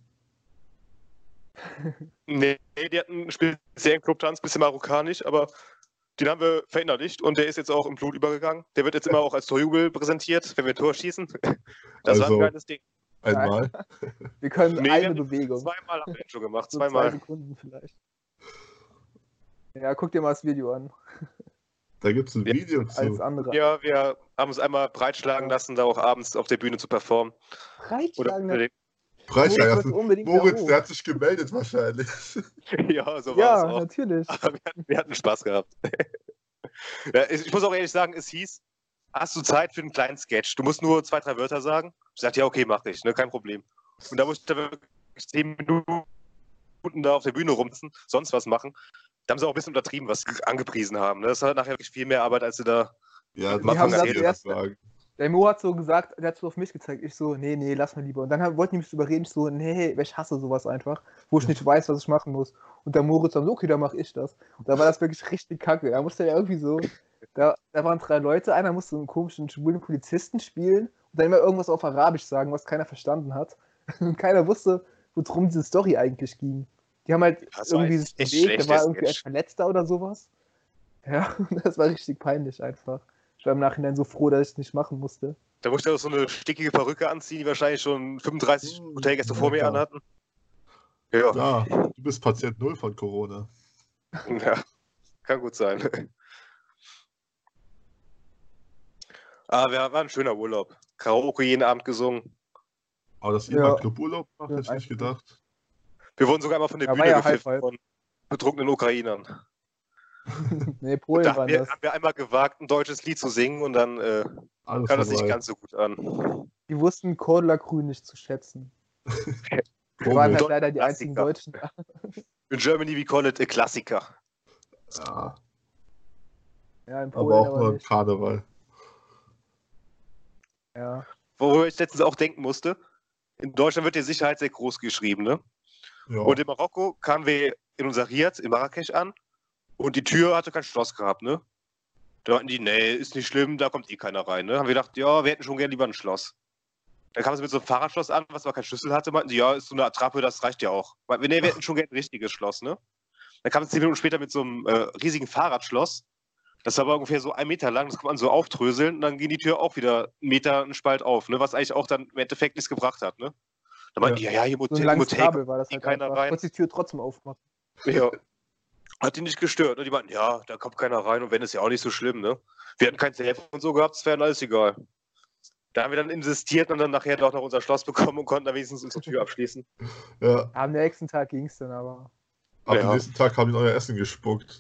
Nee, die hatten einen speziellen Clubtanz, bisschen marokkanisch, aber den haben wir verinnerlicht und der ist jetzt auch im Blut übergegangen. Der wird jetzt immer auch als Torjubel präsentiert, wenn wir ein Tor schießen. Das war Also- ein geiles Ding. Einmal. Wir können Nee, wir eine haben Bewegung. Zweimal haben wir den schon gemacht, So 2 zweimal. Sekunden vielleicht. Ja, guck dir mal das Video an. Da gibt es ein Ja, Video als zu. andere. Ja, wir haben uns einmal breitschlagen lassen, da auch abends auf der Bühne zu performen. Breitschlagen, Oder Breitschlag, Moritz wollte unbedingt da Moritz, hoch. der hat sich gemeldet wahrscheinlich. ja, so war es Ja, auch. natürlich. Aber wir hatten Spaß gehabt. Ja, ich muss auch ehrlich sagen, es hieß, hast du Zeit für einen kleinen Sketch? Du musst nur 2, 3 Wörter sagen. Ich sagte, ja, okay, mach ich, ne, kein Problem. Und da musste ich da wirklich 10 Minuten da auf der Bühne rumsitzen, sonst was machen. Da haben sie auch ein bisschen untertrieben, was sie angepriesen haben. Ne? Das hat nachher wirklich viel mehr Arbeit, als sie da Ja, am Anfang haben das erzählt erst- sagen. Der Mo hat so gesagt, der hat so auf mich gezeigt. Ich so, nee, lass mal lieber. Und dann wollten die mich überreden. Ich so, nee, ich hasse sowas einfach, wo ich nicht weiß, was ich machen muss. Und der Moritz dann so, okay, dann mache ich das. Und da war das wirklich richtig kacke. Da musste er irgendwie so, da waren 3 Leute, einer musste so einen komischen schwulen Polizisten spielen und dann immer irgendwas auf Arabisch sagen, was keiner verstanden hat. Und keiner wusste, worum diese Story eigentlich ging. Die haben halt Das war irgendwie sich echt bewegt, da war schlechtes irgendwie ein Sketch. Verletzter oder sowas. Ja, das war richtig peinlich einfach. Ich war im Nachhinein so froh, dass ich es nicht machen musste. Da musste ich auch so eine stickige Perücke anziehen, die wahrscheinlich schon 35 Hotelgäste vor mir lecker. anhatten. Ja. Ja, du bist Patient 0 von Corona. Ja, kann gut sein. Aber war ein schöner Urlaub. Karaoke jeden Abend gesungen. Aber dass ihr Ja. mal Cluburlaub macht, hätte ich nicht gedacht. Wir wurden sogar mal von der Ja, Bühne war ja gepfiffen halb. von betrunkenen Ukrainern. Nee, Und Polen da waren haben das. wir einmal gewagt, ein deutsches Lied zu singen und dann Alles kam das nicht vorbei. ganz so gut an. Die wussten Cordula Grün nicht zu schätzen. Wir waren Komisch. halt leider die einzigen Klassiker. Deutschen. In Germany we call it a Klassiker. Ja, Ja, in aber Polen auch aber nur im nicht. Karneval. Ja. Worüber ich letztens auch denken musste, in Deutschland wird die Sicherheit sehr groß geschrieben, ne? Ja. Und in Marokko kamen wir in unser Riad in Marrakesch an und die Tür hatte kein Schloss gehabt, ne? Da meinten die, nee, ist nicht schlimm, da kommt eh keiner rein, ne? Haben wir gedacht, ja, wir hätten schon gern lieber ein Schloss. Dann kam sie mit so einem Fahrradschloss an, was aber keinen Schlüssel hatte, meinten sie, ja, ist so eine Attrappe, das reicht ja auch. Meinten wir, nee, wir hätten schon gern ein richtiges Schloss, ne? Dann kam sie 10 Minuten später mit so einem riesigen Fahrradschloss. Das war aber ungefähr so 1 Meter lang, das kann man so aufdröseln und dann ging die Tür auch wieder 1 Meter einen Spalt auf, ne? Was eigentlich auch dann im Endeffekt nichts gebracht hat, ne? Da meinten die, ja, hier So ein im langes Hotel Kabel kommt war das eh halt keiner einfach. rein. Konntest die Tür trotzdem aufmachen. Ja. Hat die nicht gestört. Ne? Die meinten, ja, da kommt keiner rein und wenn, ist ja auch nicht so schlimm, ne? Wir hatten kein Telefon und so gehabt, es wäre alles egal. Da haben wir dann insistiert und dann nachher doch noch unser Schloss bekommen und konnten dann wenigstens unsere Tür abschließen. Ja. Am nächsten Tag ging es dann aber. Ab Ja. dem nächsten Tag haben die in euer Essen gespuckt.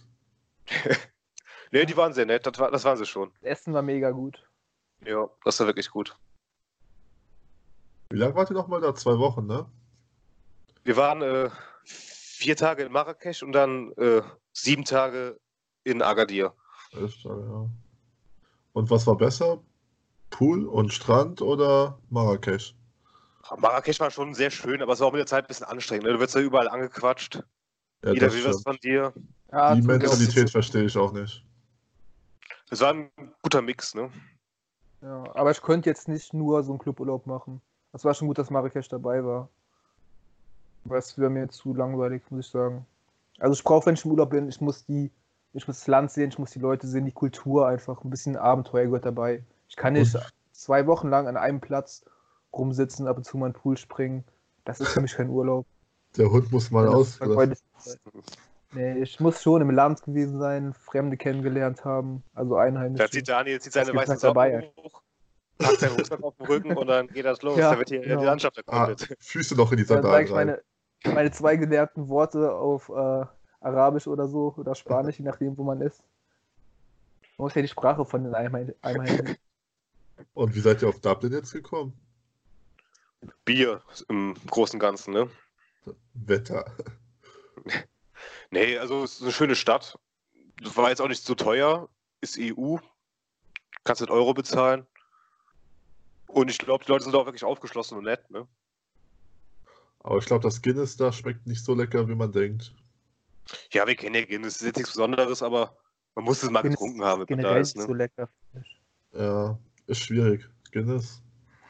Ne, die waren sehr nett, das waren sie schon. Das Essen war mega gut. Ja, das war wirklich gut. Wie lange wart ihr nochmal da? 2 Wochen, ne? Wir waren 4 Tage in Marrakesch und dann 7 Tage in Agadir. 11 Tage, ja. Und was war besser? Pool und Strand oder Marrakesch? Marrakesch war schon sehr schön, aber es war auch mit der Zeit ein bisschen anstrengend. Ne? Du wirst ja überall angequatscht. Ja, Jeder das will was stimmt. von dir. Ja, Die tut mir auch Mentalität gut. verstehe ich auch nicht. Es war ein guter Mix, ne? Ja, aber ich könnte jetzt nicht nur so einen Cluburlaub machen. Das war schon gut, dass Marrakesch dabei war. Aber es wäre mir jetzt zu langweilig, muss ich sagen. Also ich brauche, wenn ich im Urlaub bin, ich muss das Land sehen, ich muss die Leute sehen, die Kultur einfach. Ein bisschen Abenteuer gehört dabei. Ich kann nicht Und 2 Wochen lang an einem Platz rumsitzen, ab und zu mal in den Pool springen. Das ist für mich kein Urlaub. der Hund muss mal Das ist ausfressen. Freunde- Nee, ich muss schon im Land gewesen sein, Fremde kennengelernt haben, also Da Einheimische. zieht Daniel seine gibt's weißen halt dabei, Socken hoch, packt seinen Rucksack auf den Rücken und dann geht das los. Ja, Da wird hier genau. die Landschaft Ah, erkundet. Füße noch in die Dann sage Sandalen ich rein. meine 2 gelernten Worte auf Arabisch oder so oder Spanisch, je nachdem, wo man ist. Man muss ja die Sprache von den Einheimischen. Und wie seid ihr auf Dublin jetzt gekommen? Bier im Großen und Ganzen, ne? Wetter. Nee, also es ist eine schöne Stadt. Das war jetzt auch nicht so teuer. Ist EU. Kannst mit Euro bezahlen. Und ich glaube, die Leute sind auch wirklich aufgeschlossen und nett, ne? Aber ich glaube, das Guinness da schmeckt nicht so lecker, wie man denkt. Ja, wir kennen ja Guinness. Das ist jetzt nichts Besonderes, aber man muss es mal Guinness getrunken haben, wenn man da generell ist, nicht ne? so lecker, finde ich. Ja, ist schwierig. Guinness.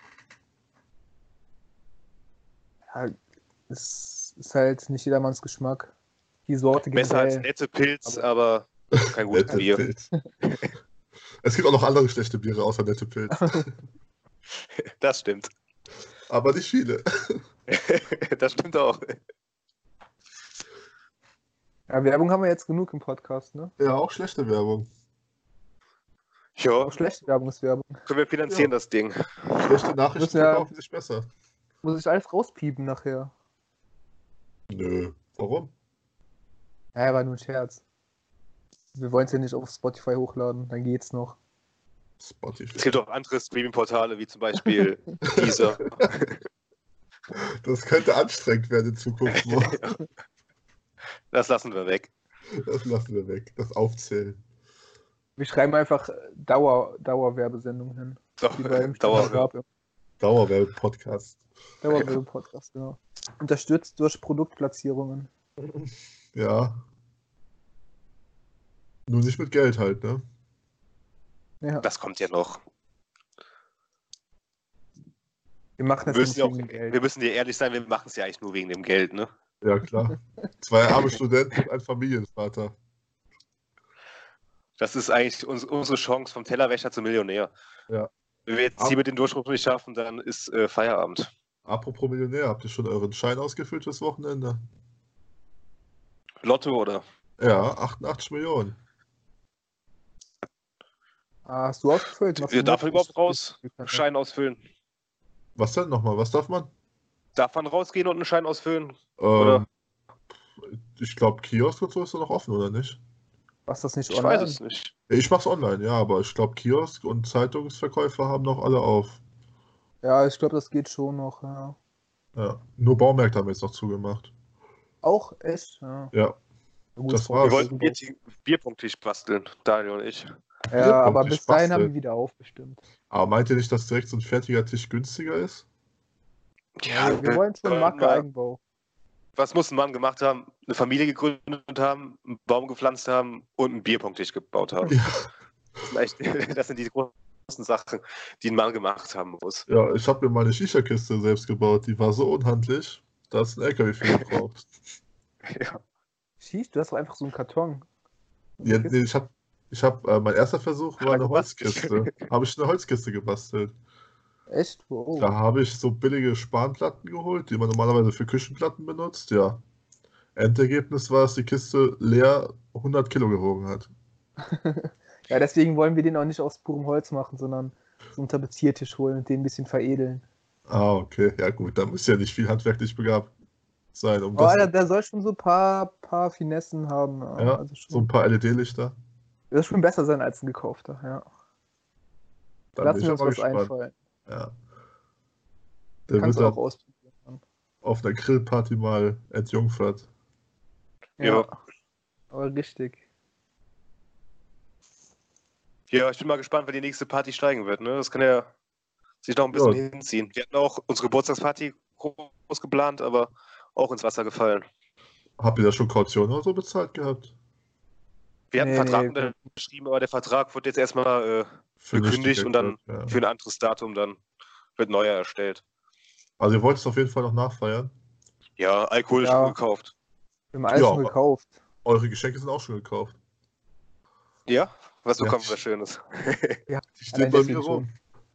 Ja, es ist halt nicht jedermanns Geschmack. Die Sorte Besser als generell. nette Pilz, aber kein gutes Nette Bier. Pilz. Es gibt auch noch andere schlechte Biere außer Nette Pilz. Das stimmt. Aber nicht viele. Das stimmt auch. Ja, Werbung haben wir jetzt genug im Podcast, ne? Ja, auch schlechte Werbung. Ja, Auch schlechte Werbung ist Werbung. können wir finanzieren, das Ding. Schlechte Nachrichten Müssen ja- verkaufen sich besser. Muss ich alles rauspiepen nachher. Nö. Warum? Ja, war nur ein Scherz. Wir wollen es ja nicht auf Spotify hochladen, dann geht's noch. Spotify. Es gibt auch andere Streaming-Portale, wie zum Beispiel Deezer. Das könnte anstrengend werden in Zukunft. Mo. Das lassen wir weg. Das lassen wir weg. Das Aufzählen. Wir schreiben einfach Dauerwerbesendungen hin. Wie beim Dauer. Dauerwerbe-Podcast. Dauerwerbepodcast, genau. Unterstützt durch Produktplatzierungen. Ja. Nur nicht mit Geld halt, ne? Ja, Das kommt ja noch. wir machen das Wir nicht müssen, ja auch, wegen Geld. wir müssen dir ehrlich sein, wir machen es ja eigentlich nur wegen dem Geld, ne? Ja, klar. 2 arme Studenten und ein Familienvater. Das ist eigentlich unsere Chance vom Tellerwäscher zum Millionär. Ja. Wenn wir jetzt hier mit den Durchbruch nicht schaffen, dann ist Feierabend. Apropos Millionär, habt ihr schon euren Schein ausgefüllt fürs Wochenende? Lotto oder? Ja, 88 Millionen. Hast du ausgefüllt? Machst Wir du darf mit? überhaupt raus? Ich- Schein ausfüllen. Was denn nochmal? Was darf man? Darf man rausgehen und einen Schein ausfüllen? Ähm, Oder? Ich glaube, Kiosk und so ist doch noch offen, oder nicht? Machst das nicht Ich online? weiß es nicht. Ich mach's online, ja, aber ich glaube, Kiosk und Zeitungsverkäufer haben noch alle auf. Ja, ich glaube, das geht schon noch. Ja. Ja. Nur Baumärkte haben jetzt noch zugemacht. Auch echt? Ja. Ja. Gut, Das braucht war's. Wir ja wollten Bierpunkttisch basteln, Daniel und ich. Ja, aber Bierpunkt, bis ich dahin bastel. haben wir wieder aufbestimmt. Aber meint ihr nicht, dass direkt so ein fertiger Tisch günstiger ist? Ja, wir wollen schon Marke mal- Eigenbau. Was muss ein Mann gemacht haben? Eine Familie gegründet haben, einen Baum gepflanzt haben und einen Bierpunkttisch gebaut haben. Ja. Das sind die großen Sachen, die ein Mann gemacht haben muss. Ja, ich habe mir mal eine Shisha-Kiste selbst gebaut. Die war so unhandlich, da ist ein LKW für gebraucht. Ja. Schieß, du hast doch einfach so einen Karton. Ja, nee, mein erster Versuch war eine Eine Holzkiste. Habe ich eine Holzkiste gebastelt. Echt? Wow. Da habe ich so billige Spanplatten geholt, die man normalerweise für Küchenplatten benutzt. Ja. Endergebnis war, dass die Kiste leer 100 Kilo gewogen hat. Ja, deswegen wollen wir den auch nicht aus purem Holz machen, sondern so einen Tapeziertisch holen und den ein bisschen veredeln. Ah, okay. Ja, gut, da muss ja nicht viel handwerklich begabt sein, um Aber das. der soll schon so ein paar Finessen haben. Ja, Also schon, so ein paar LED-Lichter. das schon besser sein als ein gekaufter, ja. Da bin Lassen ich wir uns aber was gespannt. einfallen. Ja. Der Kannst wird du auch dann ausprobieren. auf einer Grillparty mal entjungfert. Ja. Ja. Aber richtig. Ja, ich bin mal gespannt, wann die nächste Party steigen wird. Ne? Das kann ja sich noch ein bisschen Ja. hinziehen. Wir hatten auch unsere Geburtstagsparty groß geplant, aber auch ins Wasser gefallen. Habt ihr da schon Kaution oder so bezahlt gehabt? Wir hatten einen Nee, Vertrag nee. unterschrieben, aber der Vertrag wird jetzt erstmal Für gekündigt und dann Nichtigkeit, ja. für ein anderes Datum dann wird neuer erstellt. Also ihr wollt es auf jeden Fall noch nachfeiern. Ja, Alkohol ist Ja. schon gekauft. Wir haben alles Ja, schon aber- gekauft. Eure Geschenke sind auch schon gekauft. Ja? Was Ja. bekommen wir Schönes? Die stehen Allein bei deswegen mir rum.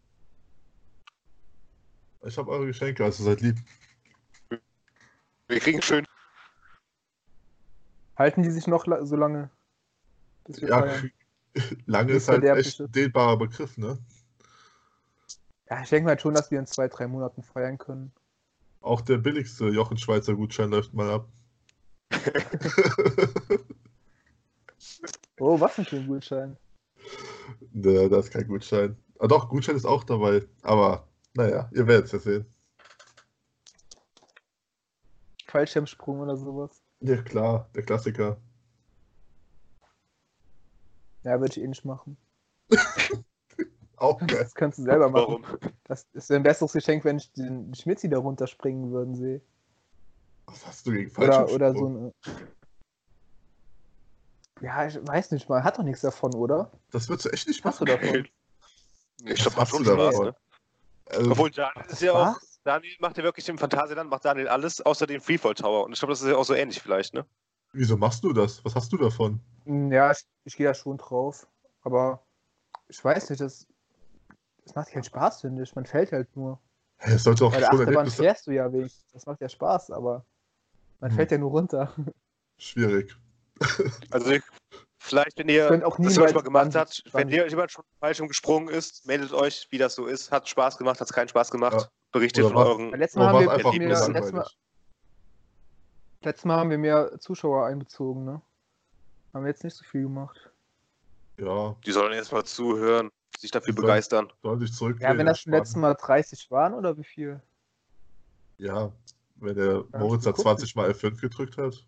Ich habe eure Geschenke, also seid lieb. Wir kriegen schön. Halten die sich noch so lange? Bis wir Ja, feiern? lange Nichts ist halt echt Verderbliches. ein dehnbarer Begriff, ne? Ja, ich denke mal schon, dass wir in 2-3 Monaten feiern können. Auch der billigste Jochen Schweizer Gutschein läuft mal ab. Oh, was denn für ein Gutschein? Ne, da ist kein Gutschein. Ah, doch, Gutschein ist auch dabei. Aber naja, ihr werdet es ja sehen. Fallschirmsprung oder sowas? Ja, klar, der Klassiker. Ja, würde ich eh nicht machen. Auch geil. Das kannst du selber machen. Warum? Das ist ein besseres Geschenk, wenn ich den Schmitzi da runterspringen würden sehe. Was hast du gegen Oder Fallschirmsprung? so eine. Ja, ich weiß nicht, man hat doch nichts davon, oder? Das würdest du echt nicht Was hast machen. du davon? Ich glaube, macht hast schon du Spaß, davon? ne? Also, Obwohl Daniel ist ja auch. Was? Daniel macht ja wirklich im Phantasialand, macht Daniel alles, außer den Freefall Tower. Und ich glaube, das ist ja auch so ähnlich vielleicht, ne? wieso machst du das? Was hast du davon? Ja, ich gehe da schon drauf. Aber ich weiß nicht, das macht keinen Spaß, finde ich. Man fällt halt nur. Hey, es sollte auch Bei der schon Achterbahn Erlebnisse. fährst du ja wenigstens. Das macht ja Spaß, aber man Hm. fällt ja nur runter. Schwierig. Also Vielleicht, wenn Ich ihr könnte auch das niemals schon mal gemacht 20, habt, wenn ihr jemand schon falsch gesprungen ist, meldet euch, wie das so ist. Hat Spaß gemacht, hat es keinen Spaß gemacht? Ja. Berichtet Oder von was? euren Letztes Mal Oder haben war es wir einfach nur mehr, langweilig? letztes Mal haben wir mehr Zuschauer einbezogen, ne? Haben wir jetzt nicht so viel gemacht. Ja, Die sollen erstmal zuhören, sich dafür Die sollen- begeistern. sollen sich Ja, zurücklehnen, wenn das letzte entspannen. Mal 30 waren oder wie viel? Ja, wenn der Ja, Moritz da geguckt. 20 Mal F5 gedrückt hat.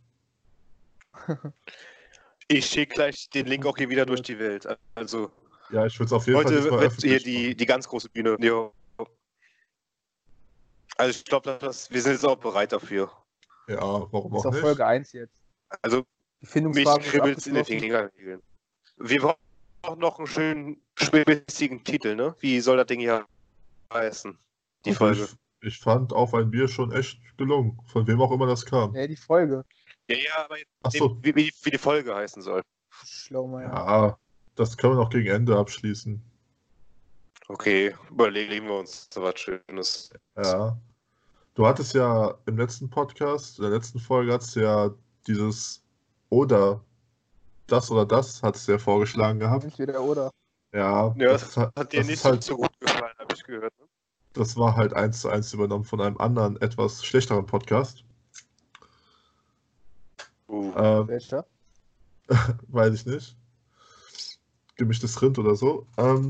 Ich schicke gleich den Link auch hier wieder durch die Welt. Also Ja, ich würde es auf jeden Fall heute nicht mal wird hier öffentlich die ganz große Bühne. Jo. Also ich glaube, wir sind jetzt auch bereit dafür. machen. Ja, warum Ist auch auch nicht? Folge 1 jetzt. Also Die mich Findungsphase ist kribbelt es in den abgeschlossen. Fingernägeln. Wir brauchen noch einen schönen, spitzigen Titel, ne? Wie soll das Ding hier heißen? Die Also Folge. Ich fand Auf ein Bier schon echt gelungen. Von wem auch immer das kam. Nee, die Folge. Ja, aber jetzt, Ach so. wie die Folge heißen soll. Schlau, Meier. Ja, das können wir noch gegen Ende abschließen. Okay, überlegen wir uns so was Schönes. Ja. Du hattest ja im letzten Podcast, in der letzten Folge, hattest du ja dieses oder das, hattest du ja vorgeschlagen gehabt. Entweder oder. Ja, Ja, das hat dir das nicht ist halt, so gut gefallen, habe ich gehört. Ne? das war halt 1:1 übernommen von einem anderen, etwas schlechteren Podcast. Welcher? Weiß ich nicht. Gemischtes Rind oder so.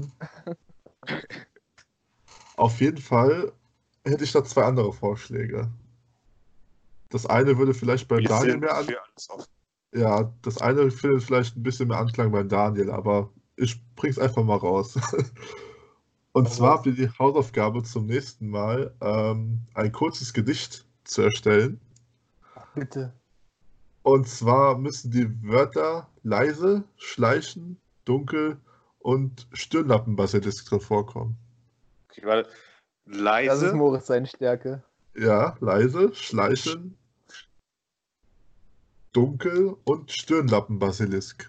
Auf jeden Fall hätte ich da 2 andere Vorschläge. Das eine würde vielleicht beim Wir Daniel sind mehr für alles offen. Ja, das eine findet vielleicht ein bisschen mehr Anklang beim Daniel, aber ich bring's einfach mal raus. Und zwar habt ihr die Hausaufgabe zum nächsten Mal, ein kurzes Gedicht zu erstellen. Bitte. Und zwar müssen die Wörter leise, schleichen, dunkel und Stirnlappenbasilisk drin vorkommen. Okay, warte. Das ist Leise. Moritz seine Stärke. Ja, leise, schleichen, dunkel und Stirnlappenbasilisk.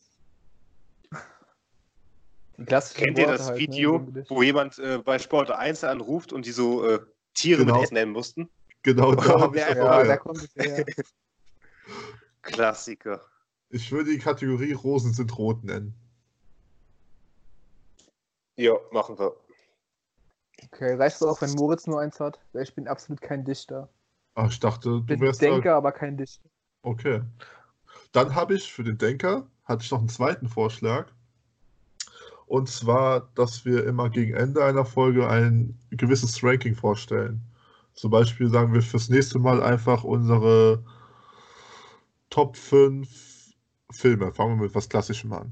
Die klassischen Kennt ihr Worte das halt, ne, Video, in so einem Gedicht. wo jemand bei Sport 1 anruft und die so Tiere Genau. mit S nennen mussten? Genau, da Oh, habe ich der- das Ja, auch da her. kommt es her. Klassiker. Ich würde die Kategorie Rosen sind rot nennen. Ja, machen wir. Okay, reicht es auch, wenn Moritz nur eins hat? Weil ich bin absolut kein Dichter. Ach, ich dachte, du Ich bin wärst Denker, aber kein Dichter. da. Okay. Dann habe ich für den Denker, hatte ich noch einen zweiten Vorschlag. Und zwar, dass wir immer gegen Ende einer Folge ein gewisses Ranking vorstellen. Zum Beispiel sagen wir fürs nächste Mal einfach unsere Top 5 Filme. Fangen wir mit was Klassischem an.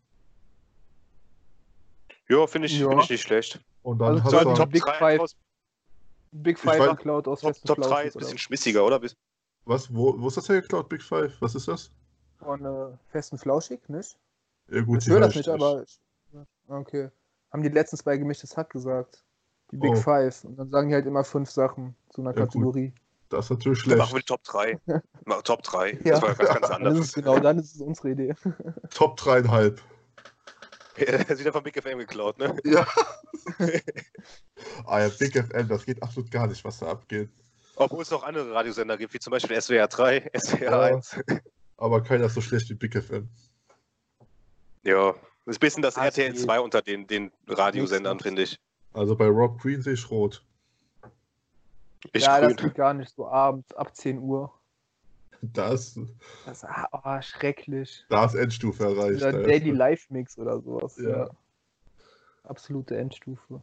Ja, finde ich, Ja. find ich nicht schlecht. Und dann Also hast quasi du Top Big 3 Five. aus, Big Ich Five weiß- geklaut aus Top, Fest und Top 3 Flauschig ist ein bisschen oder schmissiger, oder? was? Wo ist das hergeklaut, Big Five? Was ist das? von Fest und Flauschig, nicht? Ja, gut, Ich die höre hör das ich nicht, aber. Okay. Haben die letztens bei Gemischtes Hack gesagt. Die Big Oh. Five. Und dann sagen die halt immer 5 Sachen zu einer Ja, gut. Kategorie. Das ist natürlich Dann machen schlecht. wir die Top 3. Top 3. Ja. Das war was ganz Dann ist anderes. es genau, dann ist es unsere Idee. Top 3,5. Das ist wieder von Big FM geklaut, ne? Ja. Ah ja, Big FM, das geht absolut gar nicht, was da abgeht. Obwohl es noch andere Radiosender gibt, wie zum Beispiel SWR 3, SWR Ja. 1. Aber keiner ist so schlecht wie Big FM. Ja, das ist ein bisschen das Ah, RTL geht. 2 unter den Radiosendern, Nix. finde ich. Also bei Rock Green sehe ich rot. Ich Ja, das grün. geht gar nicht so abends ab 10 Uhr. Das Das schrecklich. ist Endstufe erreicht. Oder Da ist- Daily Life Mix oder sowas. Ja. Ja. Absolute Endstufe.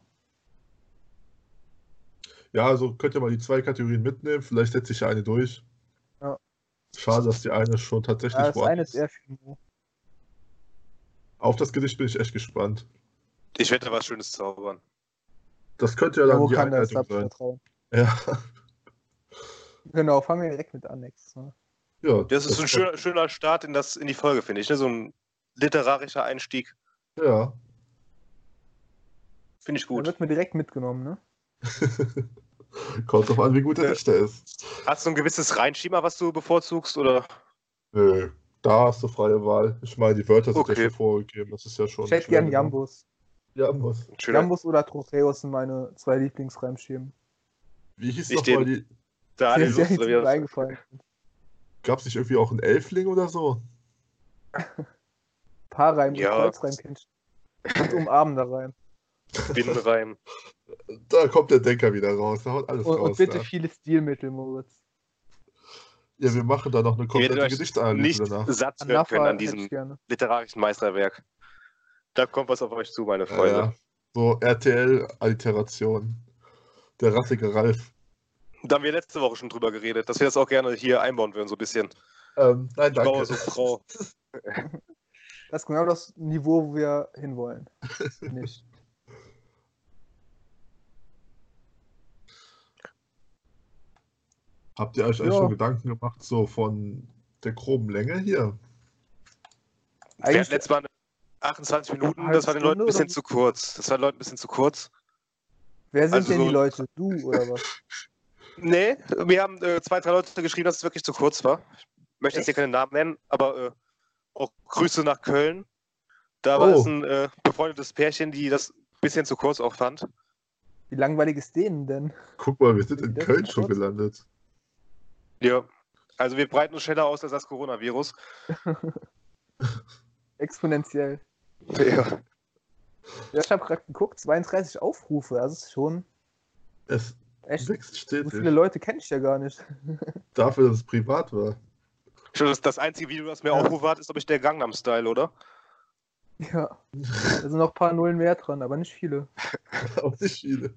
Ja, also könnt ihr mal die 2 Kategorien mitnehmen. Vielleicht setze ich ja eine durch. Ja. Schade, dass die eine schon tatsächlich Ja, das eine woanders ist eher für Mo. Auf das Gedicht bin ich echt gespannt. Ich werde da was Schönes zaubern. Das könnte ja Ja, dann wo die kann das? Einleitung Hab ich sein. Vertrauen. Ja. Genau, fangen wir direkt mit an. Next, ne? Ja, Das ist so ein schöner Start in die Folge, finde ich. Ne? So ein literarischer Einstieg. Ja. Finde ich Da gut. wird mir direkt mitgenommen, ne? Kommt drauf an, wie gut der Ja. Dichter ist. Hast du ein gewisses Reinschema, was du bevorzugst? Oder? Nö, da hast du freie Wahl. Ich meine, die Wörter sind Okay. ja schon vorgegeben. Das ist ja schon. Ich hätte schwer gern genug. Jambus. Jambus. Ein schöner Jambus oder Trocheus sind meine 2 Lieblingsreimschemen. Wie hieß Ich nochmal den- die. Daniel Mir ist ja Lust, nichts oder wie mehr das? eingefallen. Gab es nicht irgendwie auch einen Elfling oder so? Paarreim Ja. und Kreuzreim kennst du. Und umarmender Reim. Binnenreim. Da kommt der Denker wieder raus. Da haut alles Und raus. bitte Da. viele Stilmittel, Moritz. Ja, wir machen da noch eine Ihr werdet komplette euch Gedichtsanalyse nicht danach. satt werden können Anafa an hätte ich diesem gerne. literarischen Meisterwerk. Da kommt was auf euch zu, meine Ja, Freunde. ja. So RTL-Alliteration. Der rassige Ralf. Da haben wir letzte Woche schon drüber geredet, dass wir das auch gerne hier einbauen würden, so ein bisschen. Nein, Ich baue danke. so Frau. Das ist genau das Niveau, wo wir hinwollen. Nicht. Habt ihr euch Ja. eigentlich schon Gedanken gemacht, so von der groben Länge hier? Wir hatten Eigentlich letztes Mal 28 Minuten, Halbe das war den Leuten ein Stunde bisschen oder zu kurz. Das war den Leuten ein bisschen zu kurz. wer sind also denn so- die Leute? Du oder was? Nee, wir haben 2, 3 Leute geschrieben, dass es wirklich zu kurz war. Ich möchte jetzt hier Echt? keine Namen nennen, aber auch Grüße nach Köln. Da war es Oh, ein befreundetes Pärchen, die das ein bisschen zu kurz auch fand. Wie langweilig ist denen denn? guck mal, wir sind in Das Köln ist schon kurz. gelandet. Ja. Also wir breiten uns schneller aus als das Coronavirus. Exponentiell. Ja. Ja, ich habe gerade geguckt, 32 Aufrufe. Das ist schon Es echt. wächst So stetig. viele Leute kenne ich ja gar nicht. Dafür, dass es privat war. Schon das einzige Video, das mir Ja. Aufruf hat, ist, glaube ich, der Gangnam Style, oder? Ja, da sind noch ein paar Nullen mehr dran, aber nicht viele. Auch nicht viele.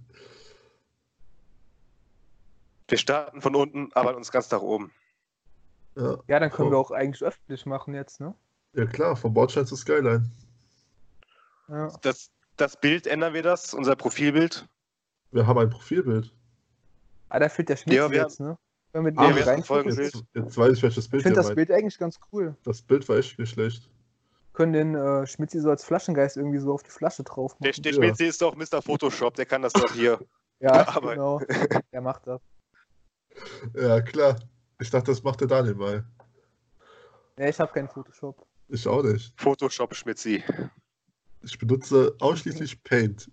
Wir starten von unten, arbeiten uns ganz nach oben. Ja, Ja, dann können wir auch eigentlich öffentlich machen jetzt, ne? Ja klar, vom Bordstein zur Skyline. Ja. Das Bild ändern wir das, unser Profilbild. Wir haben ein Profilbild. Ah, da fehlt der Schmitz Ja, wir jetzt, ne? Wenn wir den Ja, irgendwie wir haben ein reinfügen. Folgenbild. Jetzt weiß ich, welches Ich Bild finde ihr das meint. Bild eigentlich ganz cool. Das Bild war echt nicht schlecht. Können den Schmitzi so als Flaschengeist irgendwie so auf die Flasche drauf Der machen. Ja. Schmitzi ist doch Mr. Photoshop, der kann das doch hier. Ja, aber- genau. Der macht das. Ja, klar. Ich dachte, das macht der Daniel mal. Ne, ich habe keinen Photoshop. Ich auch nicht. Photoshop Schmitzi. Ich benutze ausschließlich Paint.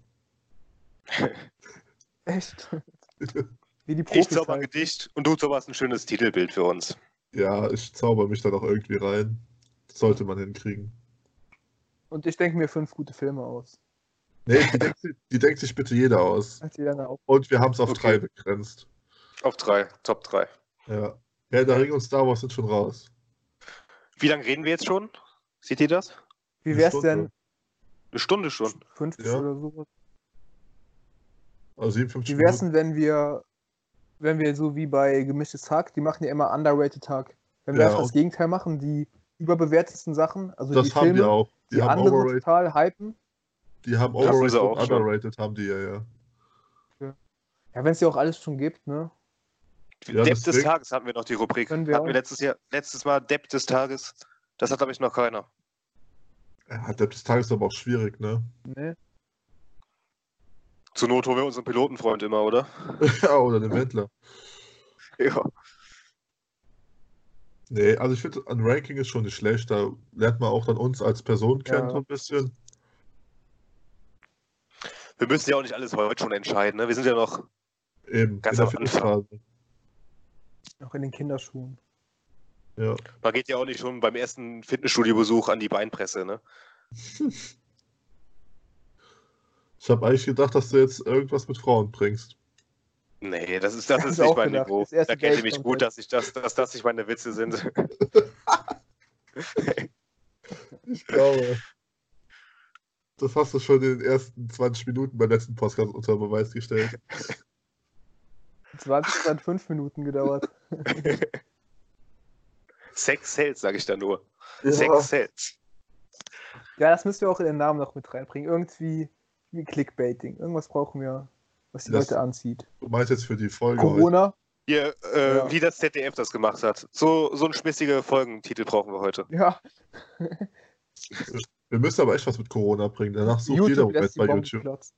Echt? Wie die Ich Profis zauber ein halt. Gedicht und du zauberst ein schönes Titelbild für uns. Ja, ich zauber mich da noch irgendwie rein. Das sollte man hinkriegen. Und ich denke mir 5 gute Filme aus. Nee, die denkt sich bitte jeder aus. Als jeder eine auf. Und wir haben es auf Okay. 3 begrenzt. Auf 3, Top 3. Ja. Herr der Ring und Star Wars sind schon raus. Wie lange reden wir jetzt schon? Seht ihr das? Wie Eine wär's Stunde. denn? Eine Stunde schon. 50 Ja. oder so? Also 57 Wie wär's Minuten. denn, wenn wir so wie bei Gemischtes Hack, die machen ja immer Underrated Hack. Wenn wir Ja, einfach das und- Gegenteil machen, die überbewertetesten Sachen, also Das die haben die Filme, auch. die andere total hypen. Die haben Das haben overrated sie und auch schon. underrated, haben die ja. Ja, wenn es ja auch alles schon gibt, ne? Ja, Depp des deswegen- Tages hatten wir noch die Rubrik. Können wir Hatten wir auch. letztes Mal Depp des Tages. Das hat, glaube ich, noch keiner. Ja, der des Tages ist aber auch schwierig, ne? Ne? Zur Not holen wir unseren Pilotenfreund immer, oder? Ja, oder den Wendler. Ja. Nee, also ich finde, ein Ranking ist schon nicht schlecht. Da lernt man auch dann uns als Person kennen, Ja. so ein bisschen. Wir müssen ja auch nicht alles heute schon entscheiden. Ne? Wir sind ja noch. Eben, Ganz in der am Anfang. Fitnessphase. Auch in den Kinderschuhen. Ja. Man geht ja auch nicht schon beim ersten Fitnessstudio-Besuch an die Beinpresse. Ne? Ich habe eigentlich gedacht, dass du jetzt irgendwas mit Frauen bringst. Nee, das ist Hab ich nicht auch mein gedacht. Niveau. Das erste Da kennt ihr Date mich kommt gut, jetzt. dass das nicht meine Witze sind. Ich glaube. Das hast du schon in den ersten 20 Minuten beim letzten Podcast unter Beweis gestellt. 20 hat 5 Minuten gedauert. Sex sells, sage ich da nur. Ja. Sex sells. Ja, das müssen wir auch in den Namen noch mit reinbringen. Irgendwie wie Clickbaiting. Irgendwas brauchen wir, was die Das- Leute anzieht. Du meinst jetzt für die Folge heute. Corona? Hier, Ja. wie das ZDF das gemacht hat. So ein schmissige Folgentitel brauchen wir heute. Ja. Wir müssen aber echt was mit Corona bringen. Danach sucht jeder YouTube Moment lässt die bei Bombe YouTube. platzen.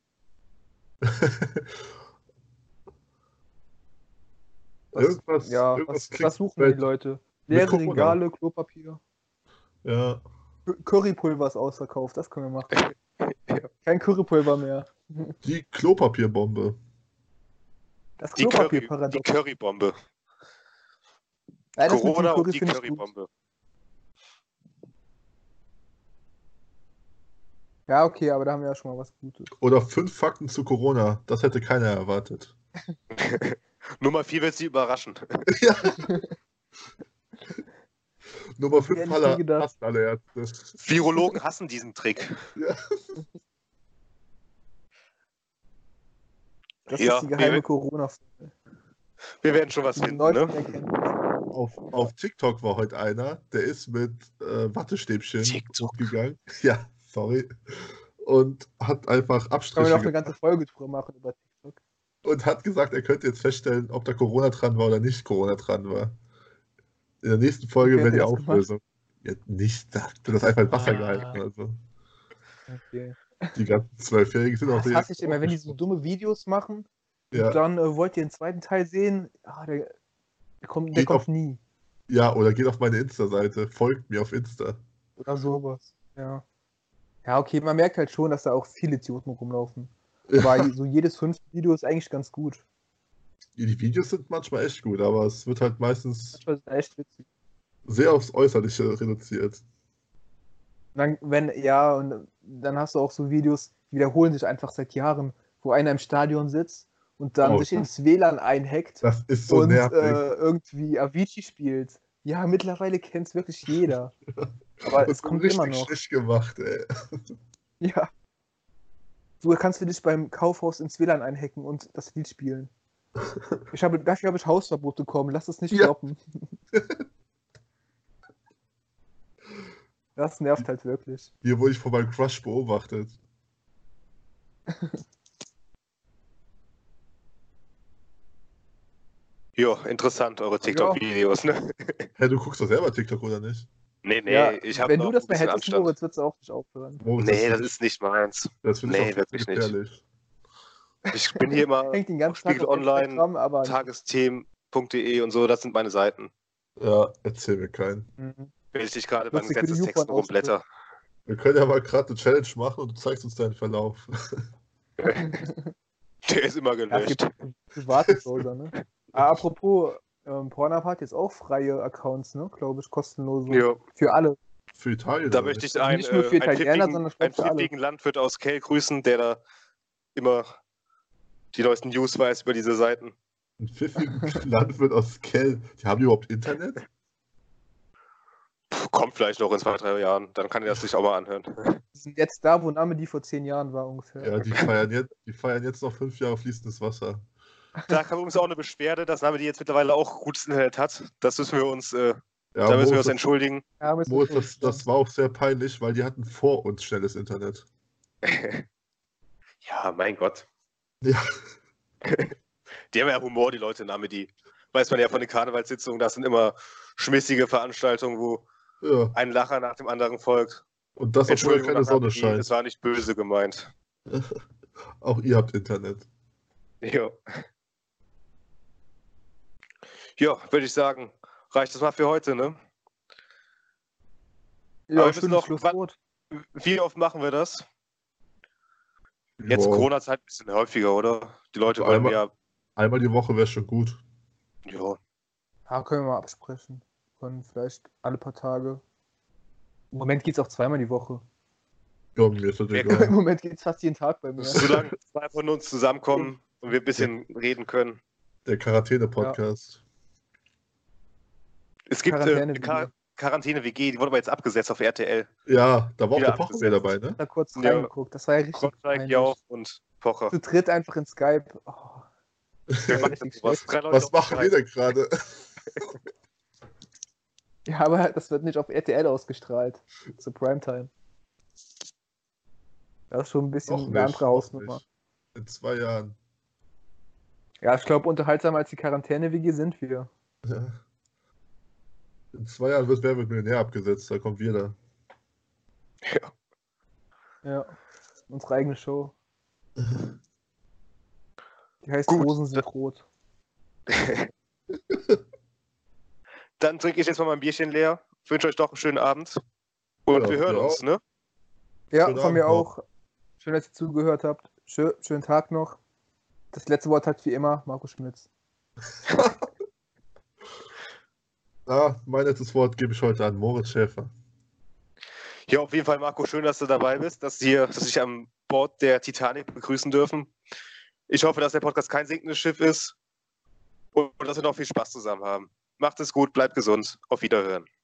Irgendwas, Ja, irgendwas was suchen die Clickbait. Leute? Mit Leere Corona. Regale, Klopapier. Ja, Currypulver ist ausverkauft, das können wir machen. Ja. Kein Currypulver mehr. die Klopapierbombe. Das Die Klopapierparadox. Currybombe. Nein, das mit Corona dem und Curry die finde ich gut. Currybombe. Ja, okay, aber da haben wir ja schon mal was Gutes. Oder 5 Fakten zu Corona. Das hätte keiner erwartet. Nummer 4 wird sie überraschen. Ja. Nummer Hätte 5 ich nie gedacht. hassen alle Ärzte. Virologen hassen diesen Trick. Ja. Das Ja, ist die geheime Corona-Folge. Wir werden schon was Die finden, neuesten ne? Erkenntnisse. Auf TikTok war heute einer, der ist mit Wattestäbchen TikTok. hochgegangen. Ja, sorry. Und hat einfach Können wir Abstriche noch eine gemacht ganze Folge drüber machen über TikTok. und hat gesagt, er könnte jetzt feststellen, ob da Corona dran war oder nicht Corona dran war. In der nächsten Folge Okay, wäre hat die er das gemacht? Auflösung. Ja, nicht, da hat das einfach in Wasser Ah. gehalten. Also. Okay. Die ganzen 12-Jährigen sind auch Das hasse ich immer, wenn die so dumme Videos machen und Ja, dann wollt ihr den zweiten Teil sehen. Ah, der kommt Geht auf- nie. ja, oder geht auf meine Insta-Seite, folgt mir auf Insta. Oder sowas. Ja. Ja, okay, man merkt halt schon, dass da auch viele Idioten rumlaufen. Ja, Aber so jedes 5. Video ist eigentlich ganz gut. die Videos sind manchmal echt gut, aber es wird halt meistens Manchmal ist das echt witzig. sehr aufs Äußerliche reduziert. Und dann hast du auch so Videos, die wiederholen sich einfach seit Jahren, wo einer im Stadion sitzt und dann Oh. sich ins WLAN einhackt Das ist so und nervig. irgendwie Avicii spielt. Ja, mittlerweile kennt es wirklich jeder. Aber Und es so kommt richtig immer noch. schlecht gemacht, ey. Ja. So kannst du dich beim Kaufhaus ins WLAN einhacken und das Lied spielen. Dafür habe ich Hausverbot bekommen. Lass es nicht Ja. floppen. Das nervt halt wirklich. Hier wurde ich von meinem Crush beobachtet. Jo, interessant, eure TikTok-Videos, ne? Hä, du guckst doch selber TikTok, oder nicht? Nee, Ja, ich habe wenn noch du das ein mehr bisschen hättest, Anstand. Moritz, würdest du auch nicht aufhören. Oh, Nee, das ist nicht meins. das finde ich nee, auch wirklich nicht. gefährlich. Ich bin hier immer Hängt den auf ganzen Tag Spiegel auf Online, Instagram, aber tagesthemen.de und so, das sind meine Seiten. Ja, erzähl mir keinen. Mhm. Wenn ich dich gerade beim Lustig, wie die Gesetzestexten YouPorn rumblätter. Wir können ja mal gerade eine Challenge machen und du zeigst uns deinen Verlauf. Der ist immer Ja, es gelöscht. gibt private Browser, ne? Apropos, Pornhub hat jetzt auch freie Accounts, ne? Glaube ich, kostenlose. Jo. Für alle. Für Italien. Da oder möchte nicht? ich einen, Nicht nur für Italiener, sondern ich glaub, einen für alle. pfiffigen Landwirt aus Kell grüßen, der da immer die neuesten News weiß über diese Seiten. Ein pfiffigen Landwirt aus Kell. Die haben überhaupt Internet? Kommt vielleicht noch in 2-3 Jahren, dann kann er das sich auch mal anhören. Die sind jetzt da, wo Name die vor 10 Jahren war ungefähr. Ja, die feiern jetzt noch 5 Jahre fließendes Wasser. Da kam übrigens auch eine Beschwerde, dass Name die jetzt mittlerweile auch gutes Internet hat. Das müssen wir uns, Ja, da müssen wir uns Moritz, entschuldigen. Ja, müssen wir Moritz, nicht das war auch sehr peinlich, weil die hatten vor uns schnelles Internet. Ja, mein Gott. Ja, Die haben ja Humor, die Leute in Amedi. Weiß man ja von den Karnevalssitzungen, das sind immer schmissige Veranstaltungen, wo ja. ein Lacher nach dem anderen folgt. Und das, obwohl Entschuldigung, keine nach Sonne Amedi, scheint. das war nicht böse gemeint. Auch ihr habt Internet. Ja. Ja, würde ich sagen, reicht das mal für heute, ne? Ja, Aber wir müssen schönes noch- Schlusswort. Wie oft machen wir das? Jetzt Ja, Corona-Zeit ein bisschen häufiger, oder? Die Leute So wollen einmal- ja. einmal die Woche wäre schon gut. Ja, Ja, können wir mal absprechen. Können vielleicht alle paar Tage. Im Moment geht es auch zweimal die Woche. Ja, mir ist das Wer Im egal. Moment geht es fast jeden Tag bei mir. solange zwei von uns zusammenkommen und wir ein bisschen reden können. Der Quarantäne-Podcast. Es gibt Quarantäne-WG. Quarantäne-WG, die wurde aber jetzt abgesetzt auf RTL. Ja, da war auch Wieder der Pocher wieder dabei, ne? Da kurz Ja. reingeguckt. Das war ja richtig Gottschalk, peinlich. Jauch und Pocher. Zu dritt einfach in Skype. Oh, das Wer war macht richtig denn sowas? schlecht. 3 Leute Was auf machen wir Skype. denn gerade? Ja, aber das wird nicht auf RTL ausgestrahlt. Zur Primetime. Das ist schon ein bisschen Noch eine andere nicht, noch Hausnummer. nicht. In 2 Jahren. Ja, ich glaube, unterhaltsamer als die Quarantäne-WG sind wir. Ja. In 2 Jahren wird Wer wird Millionär abgesetzt, da kommt wieder. Ja. Ja. Unsere eigene Show. Die heißt Gut. Rosen sind rot. Dann trinke ich jetzt mal mein Bierchen leer. Wünsche euch doch einen schönen Abend. Und Ja, wir hören ja. uns, ne? Ja, Schönen von mir Abend noch. auch. Schön, dass ihr zugehört habt. Schönen Tag noch. Das letzte Wort hat wie immer Markus Schmitz. Mein letztes Wort gebe ich heute an Moritz Schäfer. Ja, Ja, auf jeden Fall, Marco, schön, dass du dabei bist, dass wir dich an Bord der Titanic begrüßen dürfen. Ich hoffe, dass der Podcast kein sinkendes Schiff ist und dass wir noch viel Spaß zusammen haben. Macht es gut, bleibt gesund. Auf Wiederhören.